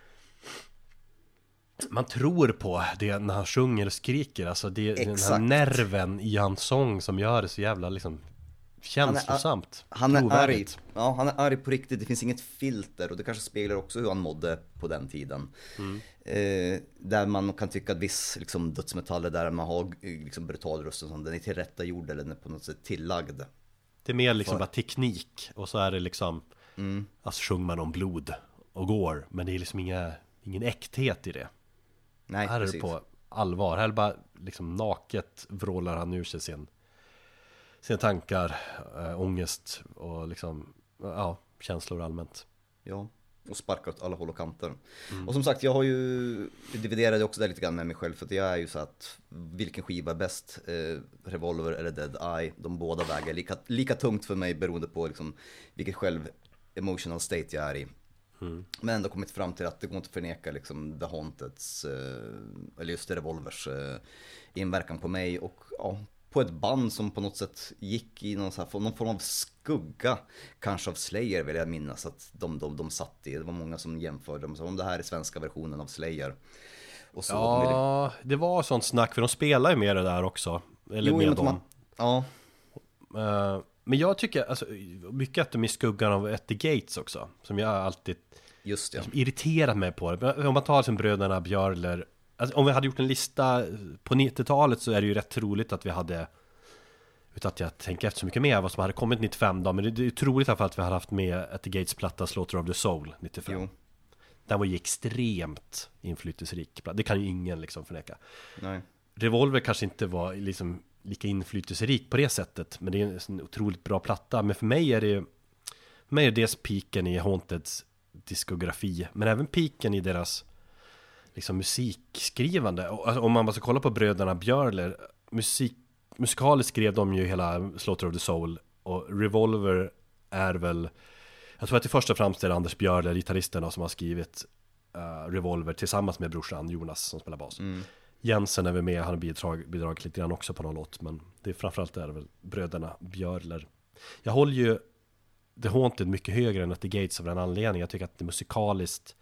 Speaker 1: man tror på det när han sjunger och skriker, alltså det är den här nerven i hans sång som gör det så jävla liksom känslosamt.
Speaker 2: Han är arg. Ja, han är arg på riktigt. Det finns inget filter och det kanske speglar också hur han mådde på den tiden. Där man kan tycka att viss liksom, dödsmetaller där man har liksom, brutal röst och sånt, den är tillrättagjord eller den är på något sätt tillagd.
Speaker 1: Det är mer liksom bara teknik och så är det liksom alltså sjunger man om blod och går, men det är liksom ingen äkthet i det.
Speaker 2: Nej,
Speaker 1: här
Speaker 2: precis.
Speaker 1: är det på allvar. Här är det bara liksom naket vrålar han ur sig sina tankar, ångest och liksom, ja, känslor allmänt.
Speaker 2: Ja, och sparkar åt alla håll och kanter. Och som sagt, jag dividerade också där lite grann med mig själv, för att jag är ju så att vilken skiva är bäst, Revolver eller Dead Eye, de båda väger lika tungt för mig beroende på liksom, vilket själv emotional state jag är i. Men ändå kommit fram till att det går inte att förneka liksom, The Haunteds eller just Revolvers inverkan på mig och ja, på ett band som på något sätt gick i någon form av skugga kanske av Slayer, vill jag minnas att de satt i. Det var många som jämförde dem, så om det här är svenska versionen av Slayer. Och så
Speaker 1: ja, det var sånt snack, för de spelar ju med det där också. Eller med dem.
Speaker 2: Ja.
Speaker 1: Men jag tycker alltså, mycket att de är i skuggan av At the Gates också, som jag alltid
Speaker 2: just
Speaker 1: liksom, irriterat mig på. Om man tar som bröderna Björler, alltså, om vi hade gjort en lista på 90-talet så är det ju rätt troligt att vi hade, utan att jag tänker efter så mycket mer vad som hade kommit 95 då, men det är ju troligt i alla fall att vi hade haft med At the Gates platta Slaughter of the Soul 95. Jo. Den var ju extremt inflytelserik. Det kan ju ingen liksom förneka.
Speaker 2: Nej.
Speaker 1: Revolver kanske inte var liksom lika inflytelserik på det sättet, men det är en otroligt bra platta. Men för mig är det dels piken i Haunteds diskografi, men även piken i deras liksom musikskrivande. Och, alltså, om man bara ska kolla på bröderna Björler, musikaliskt skrev de ju hela Slaughter of the Soul, och Revolver är väl, jag tror att det första och främst är Anders Björler, gitarristen som har skrivit Revolver tillsammans med brorsan Jonas som spelar bas. Jensen är väl med, han har bidragit lite grann också på någon låt, men det är framförallt är det väl bröderna Björler. Jag håller ju The Haunted mycket högre än At the Gates av den anledningen. Jag tycker att det musikaliskt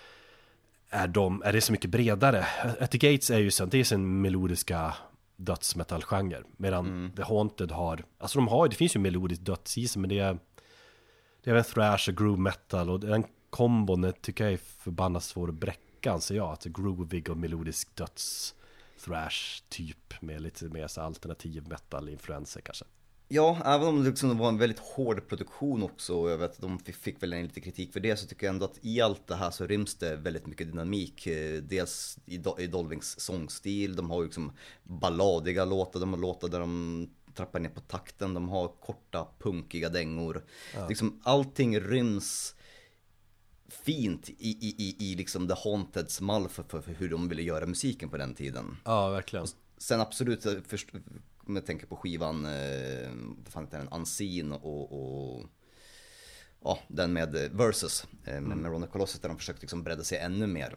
Speaker 1: är det så mycket bredare. At the Gates är ju så, det är sin melodiska dödsmetallgenre, medan The Haunted har, alltså det finns ju melodisk döds i sig, men det är en thrash och groove metal, och den kombon tycker jag är förbannat svår att bräcka, anser jag, att groovig och melodisk döds thrash typ med lite mer så alternativ metal influenser kanske.
Speaker 2: Ja, även om det liksom var en väldigt hård produktion också, och jag vet att de fick väl en lite kritik för det, så tycker jag ändå att i allt det här så ryms det väldigt mycket dynamik. Dels i Dolvings sångstil, de har ju liksom balladiga låtar, de har låtar där de trappar ner på takten, de har korta punkiga dängor. Ja. Liksom allting ryms fint i liksom The Haunteds mall för hur de ville göra musiken på den tiden.
Speaker 1: Ja, verkligen.
Speaker 2: Sen absolut, först, om jag tänker på skivan, vad fan heter den, Unseen och ja, den med Versus, med Ronny Colossus, där de försökte liksom bredda sig ännu mer.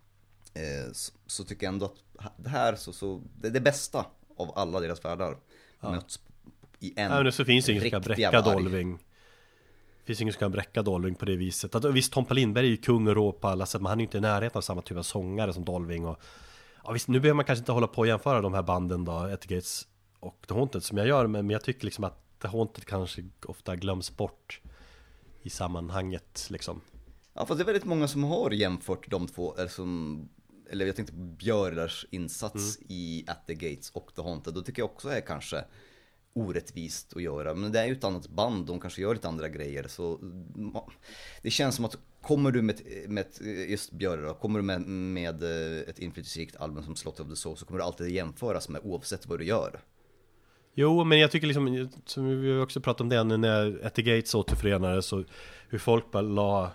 Speaker 2: Så tycker jag ändå att det här, så det bästa av alla deras världar möts i en
Speaker 1: men så finns ingen som kan bräcka
Speaker 2: varg.
Speaker 1: Dolving. Finns ingen som kan bräcka Dolving på det viset. Att, visst, Tompa Lindberg är ju kung och rå på alla sätt, men han är ju inte i närheten av samma typ av sångare som Dolving. Och, ja, visst, nu behöver man kanske inte hålla på och jämföra de här banden då, At the Gates och The Haunted som jag gör, men jag tycker liksom att The Haunted kanske ofta glöms bort i sammanhanget liksom.
Speaker 2: Ja, fast det är väldigt många som har jämfört de två, eller jag tänkte på Björlars insats i At the Gates och The Haunted. Då tycker jag också är kanske orättvist att göra, men det är ju ett annat band, de kanske gör lite andra grejer, så det känns som att kommer du med just Björlar, kommer du med ett inflytelserikt album som Slaughter of the Soul, så kommer du alltid jämföras med oavsett vad du gör.
Speaker 1: Jo, men jag tycker liksom, som vi också pratade om det nu när At the Gates återförenades, så hur folk bara la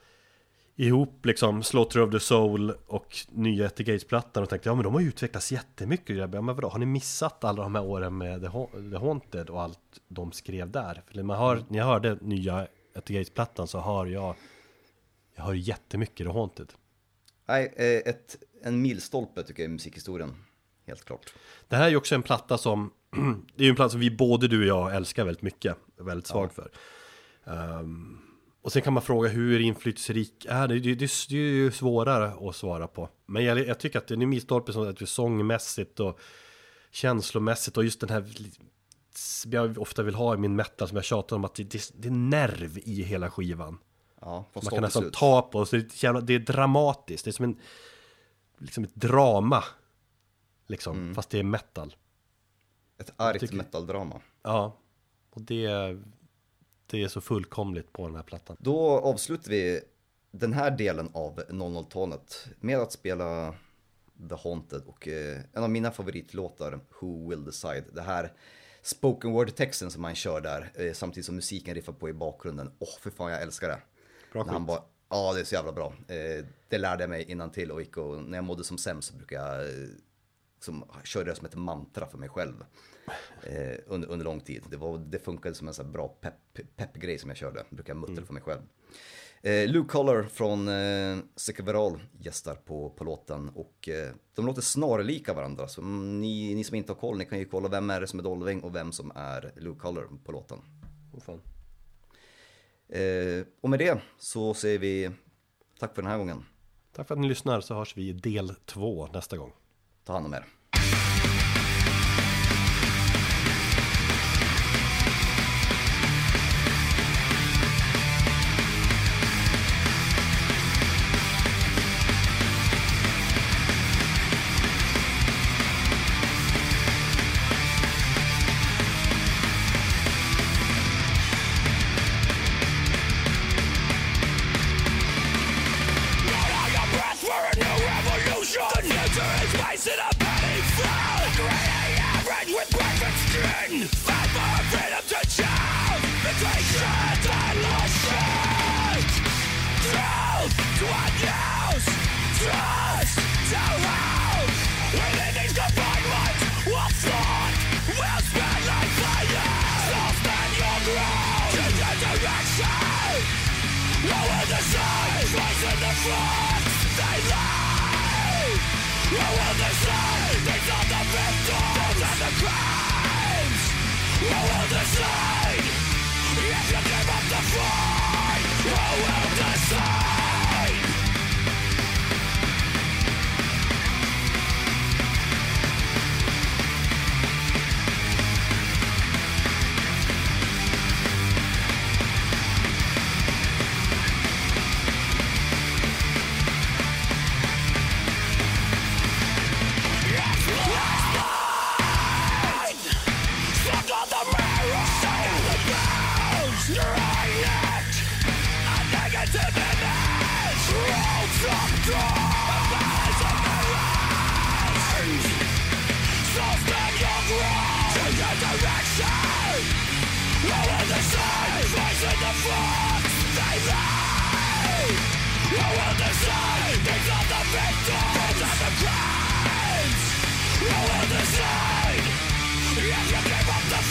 Speaker 1: ihop liksom Slaughter of the Soul och nya At the Gates-plattan och tänkte, ja men de har ju utvecklats jättemycket. Ja, men vadå, har ni missat alla de här åren med The Haunted och allt de skrev där? För när jag hörde nya At the Gates-plattan så har jag hör jättemycket The Haunted.
Speaker 2: Nej, en milstolpe tycker jag i musikhistorien, helt klart.
Speaker 1: Det här är ju också en platta som det är ju en platta som vi både du och jag älskar väldigt mycket, väldigt svag för. Och sen kan man fråga hur inflytelserik är det? Det är ju svårare att svara på. Men jag tycker att det är en milstolpe som att sångmässigt och känslomässigt och just den här jag ofta vill ha i min metal som jag tjatar om, att det är nerv i hela skivan.
Speaker 2: Ja,
Speaker 1: man kan nästan ta på, så det är dramatiskt. Det är som liksom ett drama liksom, fast det är metal.
Speaker 2: Ett argt metaldrama.
Speaker 1: Ja, och det är så fullkomligt på den här plattan.
Speaker 2: Då avslutar vi den här delen av 00-talet med att spela The Haunted och en av mina favoritlåtar, Who Will Decide. Det här spoken word-texten som man kör där, samtidigt som musiken riffar på i bakgrunden. För fan, jag älskar det.
Speaker 1: Bra skit.
Speaker 2: Ja, det är så jävla bra. Det lärde jag mig innantill och när jag mådde som sämst så brukade jag köra det som ett mantra för mig själv under lång tid. Det funkade som en så här bra pepp-grej som jag körde. Brukar jag muttra för mig själv. Luke Collar från Sick of It All gästar på låten och de låter snarlika varandra, så ni som inte har koll, ni kan ju kolla vem är det som är Dolving och vem som är Luke Collar på låten.
Speaker 1: Fan.
Speaker 2: Och med det så säger vi tack för den här gången.
Speaker 1: Tack för att ni lyssnar, så hörs vi i del 2 nästa gång.
Speaker 2: Ta hand om er.
Speaker 3: Direction, voice in the front, they lie. If you give up the